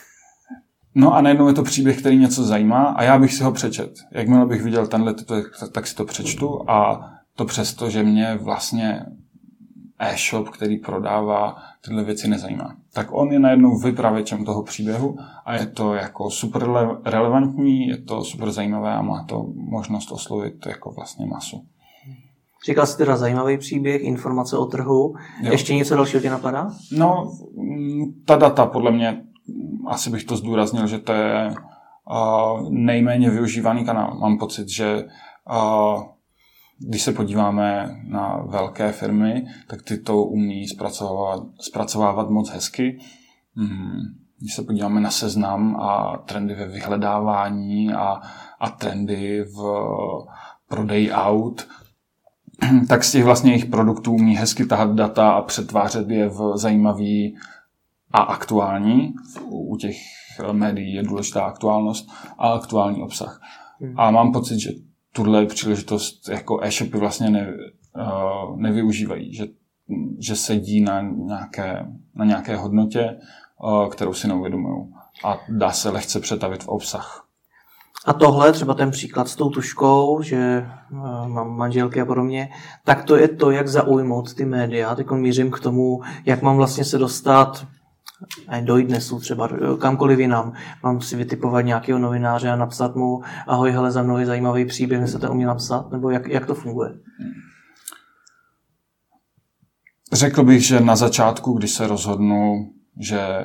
[SPEAKER 2] No a najednou je to příběh, který něco zajímá a já bych si ho přečet. Jakmile bych viděl tenhle, tak si to přečtu a to přesto, že mě vlastně e-shop, který prodává tyhle věci, nezajímá. Tak on je najednou vypravěčem toho příběhu a je to jako super relevantní, je to super zajímavé a má to možnost oslovit jako vlastně masu.
[SPEAKER 1] Říkal jsi teda zajímavý příběh, informace o trhu. Jo. Ještě něco dalšího tě napadá?
[SPEAKER 2] No, ta data podle mě, asi bych to zdůraznil, že to je nejméně využívaný kanál. Mám pocit, že když se podíváme na velké firmy, tak ty to umí zpracovávat moc hezky. Když se podíváme na Seznam a trendy ve vyhledávání a trendy v prodeji aut, tak z těch vlastně jejich produktů umí hezky tahat data a přetvářet je v zajímavý a aktuální. U těch médií je důležitá aktuálnost a aktuální obsah. A mám pocit, že tuhle příležitost jako e-shopy vlastně nevyužívají, že sedí na nějaké hodnotě, kterou si neuvědomují a dá se lehce přetavit v obsah.
[SPEAKER 1] A tohle, třeba ten příklad s tou tužkou, že mám manželky a podobně, tak to je to, jak zaujmout ty média. Teď mířím k tomu, jak mám vlastně se dostat do iDnesu třeba, kamkoliv jinam. Mám si vytipovat nějakého novináře a napsat mu, ahoj, hele, za mnou je zajímavý příběh, myslíte o mě napsat? Nebo jak to funguje?
[SPEAKER 2] řekl bych, že na začátku, když se rozhodnu, že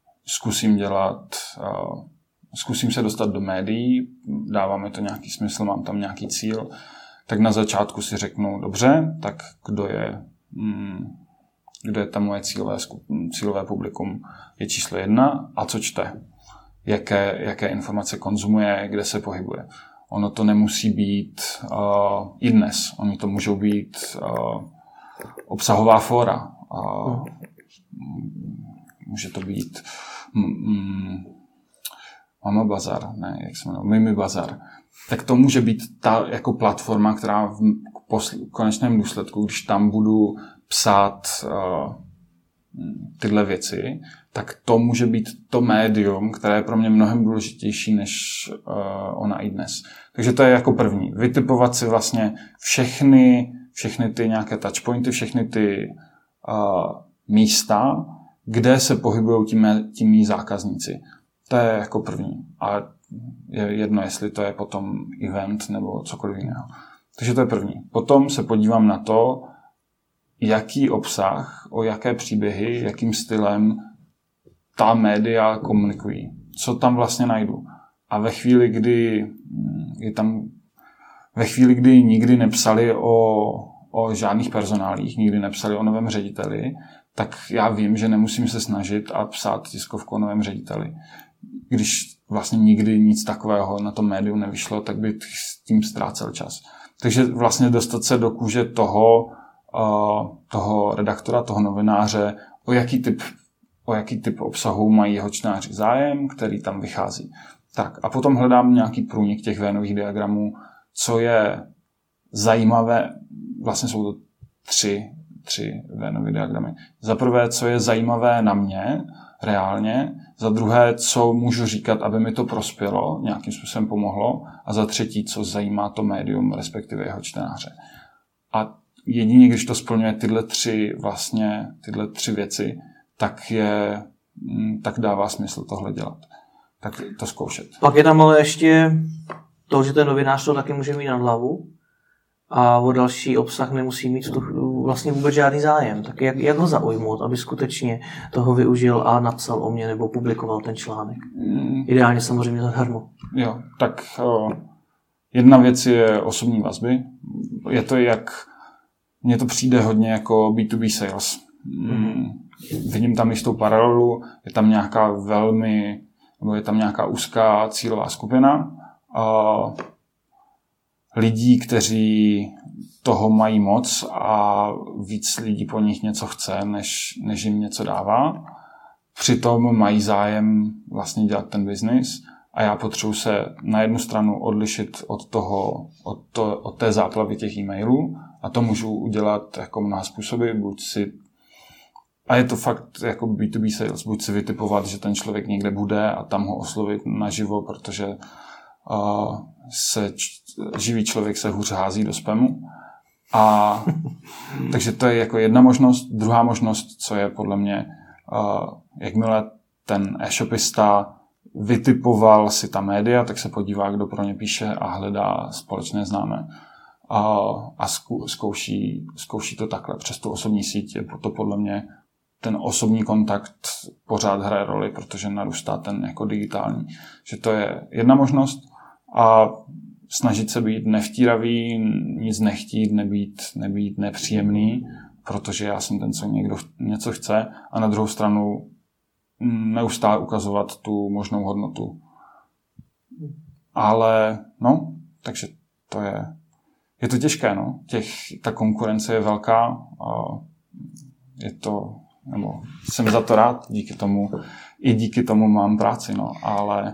[SPEAKER 2] zkusím se dostat do médií, dává mi to nějaký smysl, mám tam nějaký cíl, tak na začátku si řeknu, dobře, tak kdo je tam moje cílové publikum, je číslo 1 a co čte, jaké informace konzumuje, kde se pohybuje. Ono to nemusí být i dnes, oni to můžou být obsahová fóra, může to být Mama Bazar, ne, jak se jmenuje, Mimi Bazar. Tak to může být ta jako platforma, která v konečném důsledku, když tam budu psát tyhle věci, tak to může být to médium, které je pro mě mnohem důležitější než ona i dnes. Takže to je jako první. Vytipovat si vlastně všechny ty nějaké touchpointy, všechny ty místa, kde se pohybují ti mý zákazníci. To je jako první. A je jedno, jestli to je potom event nebo cokoliv jiného. Takže to je první. Potom se podívám na to, jaký obsah, o jaké příběhy, jakým stylem ta média komunikují. Co tam vlastně najdu. A ve chvíli, kdy nikdy nepsali o žádných personálích, nikdy nepsali o novém řediteli, tak já vím, že nemusím se snažit a psát tiskovku o novém řediteli. Když vlastně nikdy nic takového na tom médiu nevyšlo, tak bych s tím ztrácel čas. Takže vlastně dostat se do kůže toho redaktora, toho novináře, o jaký typ obsahu mají jeho čtenáři zájem, který tam vychází. Tak a potom hledám nějaký průnik těch Vennových diagramů, co je zajímavé, vlastně jsou to tři Vennovy diagramy. Za prvé, co je zajímavé na mě, reálně, za druhé, co můžu říkat, aby mi to prospělo, nějakým způsobem pomohlo, a za třetí, co zajímá to médium, respektive jeho čtenáře. A jedině, když to splňuje tyhle tři věci, tak dává smysl tohle dělat. Tak to zkoušet.
[SPEAKER 1] Pak je tam ale ještě to, že ten novinář to taky může mít nad hlavu a o další obsah nemusí mít vlastně vůbec žádný zájem. Tak jak ho zaujmout, aby skutečně toho využil a napsal o mě nebo publikoval ten článek? Ideálně samozřejmě zadarmo.
[SPEAKER 2] Jo, tak jedna věc je osobní vazby. Je to mně to přijde hodně jako B2B sales. Vidím tam jistou paralelu, je tam nějaká úzká cílová skupina lidí, kteří toho mají moc a víc lidí po nich něco chce, než jim něco dává. Přitom mají zájem vlastně dělat ten biznis a já potřebuji se na jednu stranu odlišit od té záplavy těch e-mailů a to můžu udělat jako mnoha způsoby, a je to fakt jako B2B sales, buď si vytipovat, že ten člověk někde bude a tam ho oslovit naživo, protože živý člověk se hůř hází do spamu. Takže to je jako jedna možnost. Druhá možnost, co je podle mě, jakmile ten e-shopista vytipoval si ta média, tak se podívá, kdo pro ně píše a hledá společné známé. A zkouší to takhle přes tu osobní síť. Je to podle mě ten osobní kontakt pořád hraje roli, protože narůstá ten jako digitální. Že to je jedna možnost a snažit se být nevtíravý, nic nechtít, nebýt nepříjemný, protože já jsem ten, co někdo něco chce, a na druhou stranu neustále ukazovat tu možnou hodnotu. Ale takže to je to těžké, ta konkurence je velká, jsem za to rád, díky tomu mám práci, ale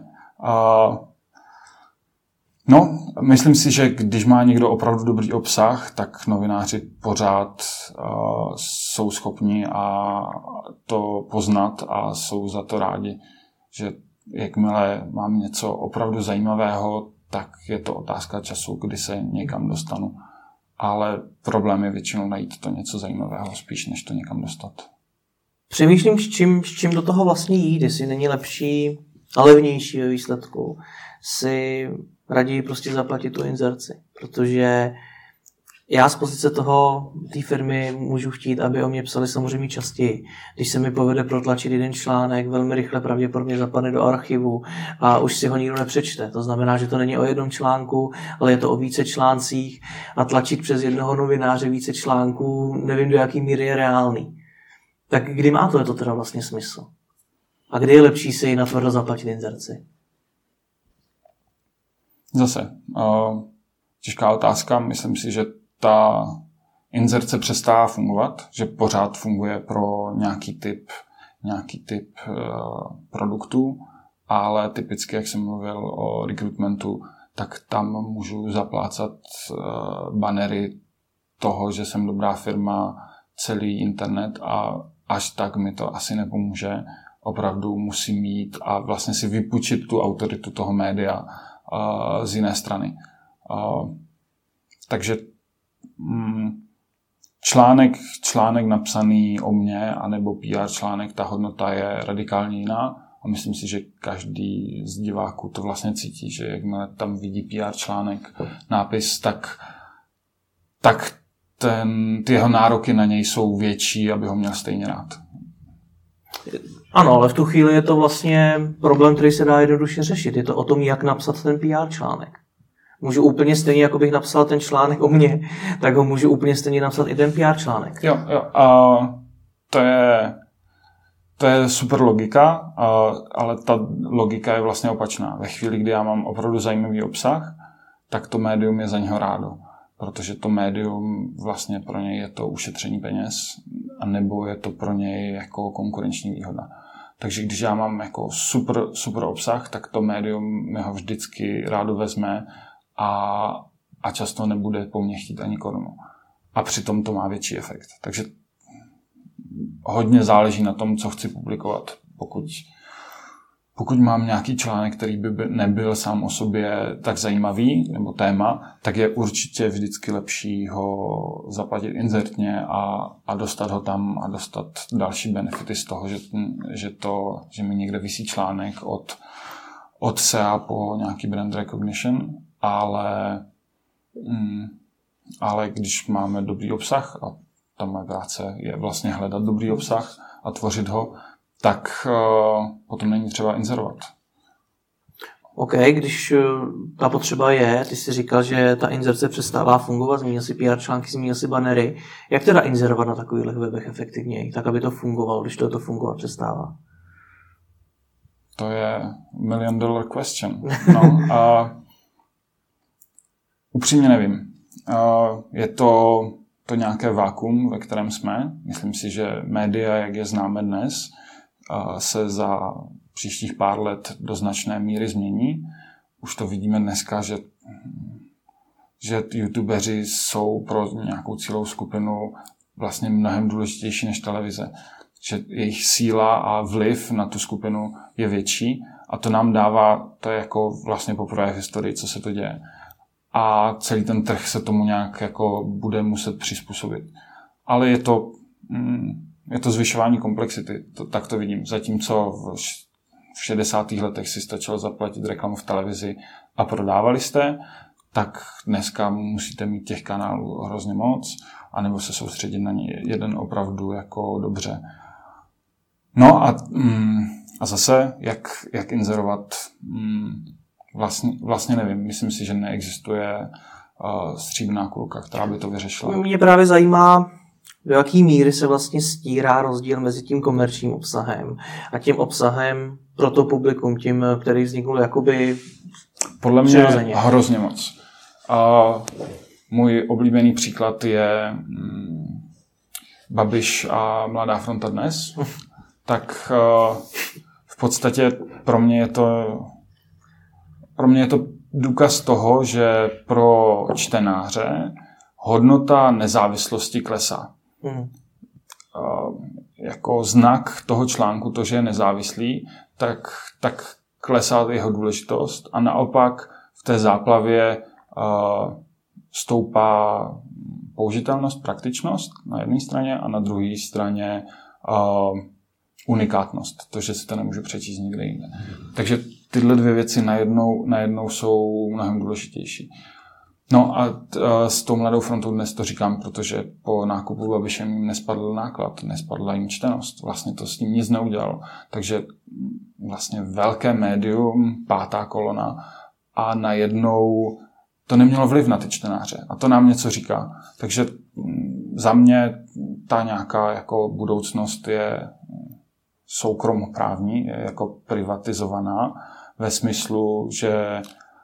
[SPEAKER 2] myslím si, že když má někdo opravdu dobrý obsah, tak novináři pořád jsou schopni to poznat a jsou za to rádi, že jakmile mám něco opravdu zajímavého, tak je to otázka času, kdy se někam dostanu. Ale problém je většinou najít to něco zajímavého, spíš než to někam dostat.
[SPEAKER 1] Přemýšlím, s čím do toho vlastně jít, jestli není lepší a levnější ve výsledku si raději prostě zaplatit tu inzerci, protože Já z pozice té firmy můžu chtít, aby o mě psali samozřejmě častěji. Když se mi povede protlačit jeden článek, velmi rychle pravděpodobně zapadne do archivu a už si ho nikdo nepřečte. To znamená, že to není o jednom článku, ale je to o více článcích a tlačit přes jednoho novináře více článků, nevím, do jaký míry je reálný. Tak kdy má to teda vlastně smysl? A kdy je lepší si ji natvrdo zaplatit inzerci?
[SPEAKER 2] Zase, těžká otázka. Myslím si, že ta inzerce přestává fungovat, že pořád funguje pro nějaký typ produktů, ale typicky, jak jsem mluvil o recruitmentu, tak tam můžu zaplácat banery toho, že jsem dobrá firma, celý internet a až tak mi to asi nepomůže. Opravdu musím jít a vlastně si vypůjčit tu autoritu toho média z jiné strany. Takže článek napsaný o mně, anebo PR článek, ta hodnota je radikálně jiná a myslím si, že každý z diváků to vlastně cítí, že jakmile tam vidí PR článek, nápis, tak ty jeho nároky na něj jsou větší, aby ho měl stejně rád.
[SPEAKER 1] Ano, ale v tu chvíli je to vlastně problém, který se dá jednoduše řešit. Je to o tom, jak napsat ten PR článek. Můžu úplně stejně, jako bych napsal ten článek o mně, tak ho můžu úplně stejně napsat i ten PR článek.
[SPEAKER 2] Jo. A to je super logika, ale ta logika je vlastně opačná. Ve chvíli, kdy já mám opravdu zajímavý obsah, tak to médium je za něho rádo. Protože to médium vlastně pro něj je to ušetření peněz, anebo je to pro něj jako konkurenční výhoda. Takže když já mám jako super obsah, tak to médium mi ho vždycky rádo vezme a často nebude po mně chtít ani korunu. A přitom to má větší efekt. Takže hodně záleží na tom, co chci publikovat. Pokud mám nějaký článek, který by nebyl sám o sobě tak zajímavý, nebo téma, tak je určitě vždycky lepší ho zaplatit inzertně a dostat ho tam a dostat další benefity z toho, že mi někde visí článek od SEA po nějaký brand recognition, ale když máme dobrý obsah a ta moje práce je vlastně hledat dobrý obsah a tvořit ho, tak potom není třeba inzerovat.
[SPEAKER 1] OK, když ta potřeba je, ty jsi říkal, že ta inzerce přestává fungovat, zmínil si PR články, zmínil si banery. Jak teda inzerovat na takových webech efektivněji, tak aby to fungovalo, když to fungovat přestává?
[SPEAKER 2] To je $1 million question. No, upřímně nevím. Je to nějaké vákuum, ve kterém jsme. Myslím si, že média, jak je známe dnes, se za příštích pár let do značné míry změní. Už to vidíme dneska, že youtubeři jsou pro nějakou cílovou skupinu vlastně mnohem důležitější než televize. Že jejich síla a vliv na tu skupinu je větší a to nám dává, to je jako vlastně poprvé v historii, co se to děje. A celý ten trh se tomu nějak jako bude muset přizpůsobit. Ale je to zvyšování komplexity, tak to vidím. Zatímco v 60. letech si stačilo zaplatit reklamu v televizi a prodávali jste, tak dneska musíte mít těch kanálů hrozně moc, anebo se soustředit na jeden opravdu jako dobře. No a zase, jak inzerovat, vlastně nevím. Myslím si, že neexistuje stříbrná kulka, která by to vyřešila.
[SPEAKER 1] Mě právě zajímá, do jaký míry se vlastně stírá rozdíl mezi tím komerčním obsahem a tím obsahem pro to publikum, tím, který vznikl jakoby
[SPEAKER 2] podle mě hrozně moc. Můj oblíbený příklad je Babiš a Mladá fronta dnes. Tak v podstatě pro mě je to důkaz toho, že pro čtenáře hodnota nezávislosti klesá. Jako znak toho článku, to, že je nezávislý, tak klesá jeho důležitost a naopak v té záplavě stoupá použitelnost, praktičnost na jedné straně a na druhé straně unikátnost, to, že si to nemůžu přečíst nikde jinde. Takže tyhle dvě věci najednou jsou mnohem důležitější. No a s tou Mladou frontou dnes to říkám, protože po nákupu Babišem jim nespadl náklad, nespadla jim čtenost. Vlastně to s ním nic neudělalo. Takže vlastně velké médium, pátá kolona a najednou to nemělo vliv na ty čtenáře. A to nám něco říká. Takže za mě ta nějaká jako budoucnost je soukromoprávní, je jako privatizovaná ve smyslu, že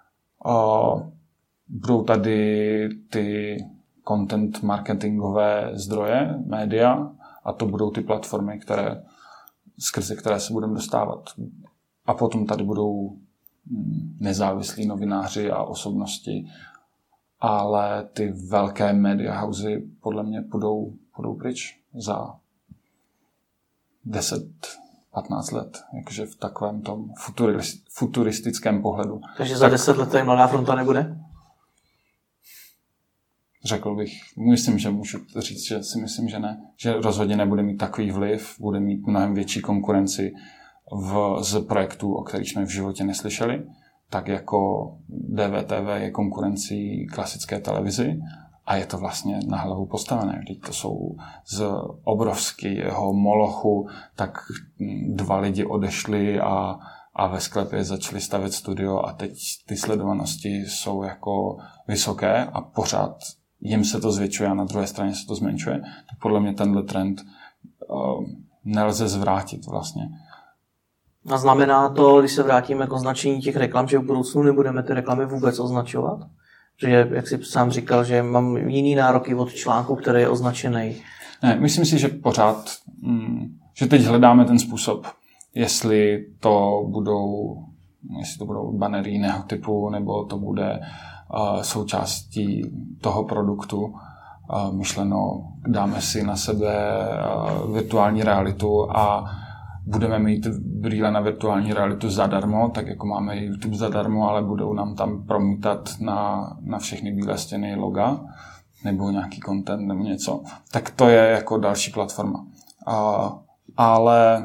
[SPEAKER 2] budou tady ty content marketingové zdroje, média, a to budou ty platformy, skrze které se budeme dostávat. A potom tady budou nezávislí novináři a osobnosti, ale ty velké media housey podle mě půjdou pryč za 10-15 let, jakože v takovém tom futuristickém pohledu.
[SPEAKER 1] Takže za 10 let tady Mladá fronta nebude?
[SPEAKER 2] Řekl bych, myslím, že můžu říct, že si myslím, že ne. Že rozhodně nebude mít takový vliv, bude mít mnohem větší konkurenci z projektů, o kterých jsme v životě neslyšeli, tak jako DVTV je konkurencí klasické televizi a je to vlastně na hlavu postavené. Když to jsou z obrovského molochu, tak 2 lidi odešli a ve sklepě začali stavět studio a teď ty sledovanosti jsou jako vysoké a pořád jim se to zvětšuje a na druhé straně se to zmenšuje. Tak podle mě tenhle trend nelze zvrátit vlastně.
[SPEAKER 1] A znamená to, když se vrátíme k označení těch reklam, že v budoucnu nebudeme ty reklamy vůbec označovat? Že, jak jsi sám říkal, že mám jiný nároky od článku, který je označený.
[SPEAKER 2] Ne, myslím si, že pořád, že teď hledáme ten způsob, jestli to budou banery jiného typu, nebo to bude součástí toho produktu. Myšleno, dáme si na sebe virtuální realitu a budeme mít brýle na virtuální realitu zadarmo, tak jako máme YouTube zadarmo, ale budou nám tam promítat na všechny bílé stěny loga nebo nějaký content nebo něco. Tak to je jako další platforma. Ale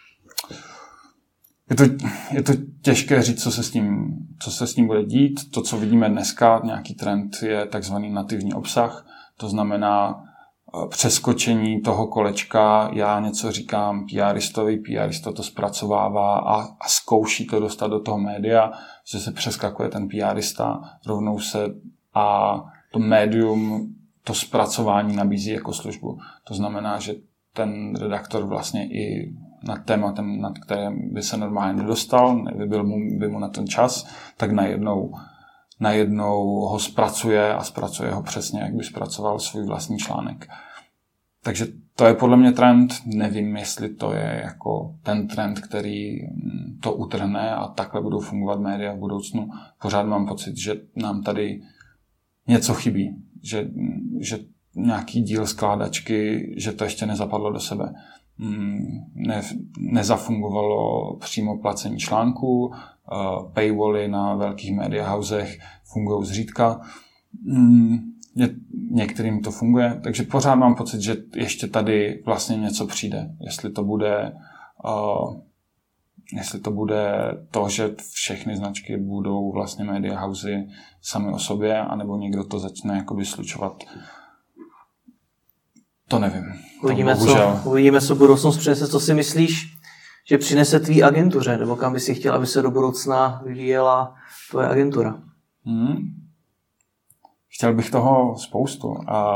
[SPEAKER 2] je to těžké říct, co se s tím bude dít. To, co vidíme dneska, nějaký trend je takzvaný nativní obsah. To znamená přeskočení toho kolečka, já něco říkám PRistovi, PRista to zpracovává a zkouší to dostat do toho média, že se přeskakuje ten PRista, rovnou se a to médium to zpracování nabízí jako službu. To znamená, že ten redaktor vlastně i nad tématem, nad kterým by se normálně nedostal, nevybil by mu na ten čas, tak najednou ho zpracuje a zpracuje ho přesně, jak by zpracoval svůj vlastní článek. Takže to je podle mě trend. Nevím, jestli to je jako ten trend, který to utrhne a takhle budou fungovat média v budoucnu. Pořád mám pocit, že nám tady něco chybí. Že nějaký díl skládačky, že to ještě nezapadlo do sebe. Nezafungovalo přímo placení článků, paywally na velkých media housech fungují zřídka. Některým to funguje, takže pořád mám pocit, že ještě tady vlastně něco přijde. Jestli to bude to, že všechny značky budou vlastně media housey sami o sobě, anebo někdo to začne jakoby slučovat. To nevím.
[SPEAKER 1] Uvidíme, co budoucnost přinese. Co si myslíš, že přinese tvý agentuře, nebo kam by si chtěl, aby se do budoucna vyvíjela tvoje agentura?
[SPEAKER 2] Chtěl bych toho spoustu.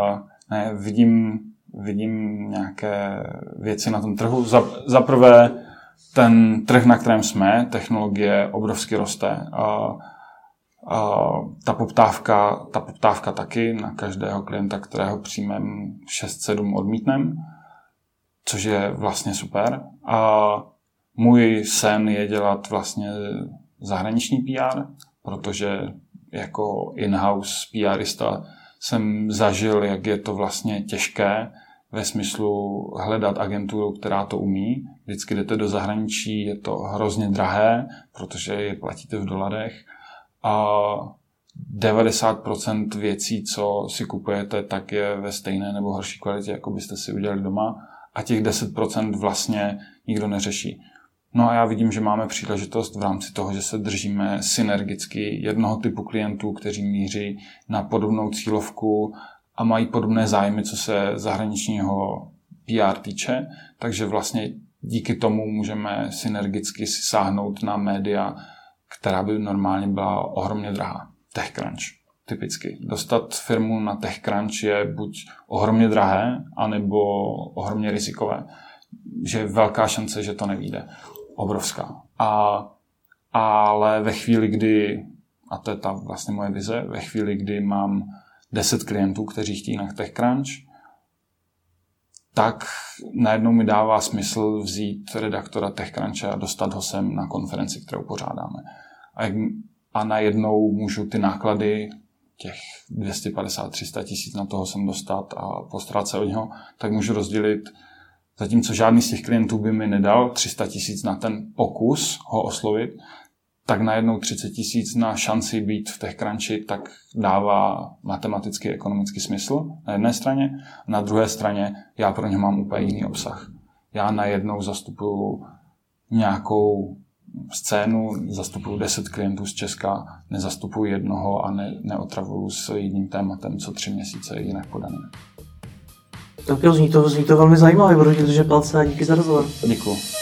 [SPEAKER 2] Vidím nějaké věci na tom trhu. Za prvé, ten trh, na kterém jsme, technologie obrovsky roste. Ta poptávka taky, na každého klienta, kterého přijmem 6-7 odmítnem, což je vlastně super. A můj sen je dělat vlastně zahraniční PR, protože jako in-house PRista jsem zažil, jak je to vlastně těžké ve smyslu hledat agenturu, která to umí. Vždycky jdete do zahraničí, je to hrozně drahé, protože je platíte v dolarech. A 90% věcí, co si kupujete, tak je ve stejné nebo horší kvalitě, jako byste si udělali doma. A těch 10% vlastně nikdo neřeší. No a já vidím, že máme příležitost v rámci toho, že se držíme synergicky jednoho typu klientů, kteří míří na podobnou cílovku a mají podobné zájmy, co se zahraničního PR týče, takže vlastně díky tomu můžeme synergicky si sáhnout na média, která by normálně byla ohromně drahá. TechCrunch, typicky. Dostat firmu na TechCrunch je buď ohromně drahé, anebo ohromně rizikové. Že je velká šance, že to nevyjde. Obrovská. Ale ve chvíli, kdy, a to je ta vlastně moje vize, ve chvíli, kdy mám 10 klientů, kteří chtějí na TechCrunch, tak najednou mi dává smysl vzít redaktora TechCrunche a dostat ho sem na konferenci, kterou pořádáme. A najednou můžu ty náklady, těch 250-300 tisíc na toho sem dostat a postarat se o něho, tak můžu rozdělit, zatímco žádný z těch klientů by mi nedal 300 tisíc na ten pokus ho oslovit, tak najednou 30 tisíc na šanci být v TechCrunchi tak dává matematicky, ekonomický smysl na jedné straně. Na druhé straně já pro ně mám úplně jiný obsah. Já najednou zastupuju nějakou scénu, zastupuju 10 klientů z Česka, nezastupuju jednoho a neotravuju s jedním tématem, co 3 měsíce je jinak podané.
[SPEAKER 1] Tak jo, zní to velmi zajímavé, budu ti držet palce a díky za rozhovor.
[SPEAKER 2] Děkuji.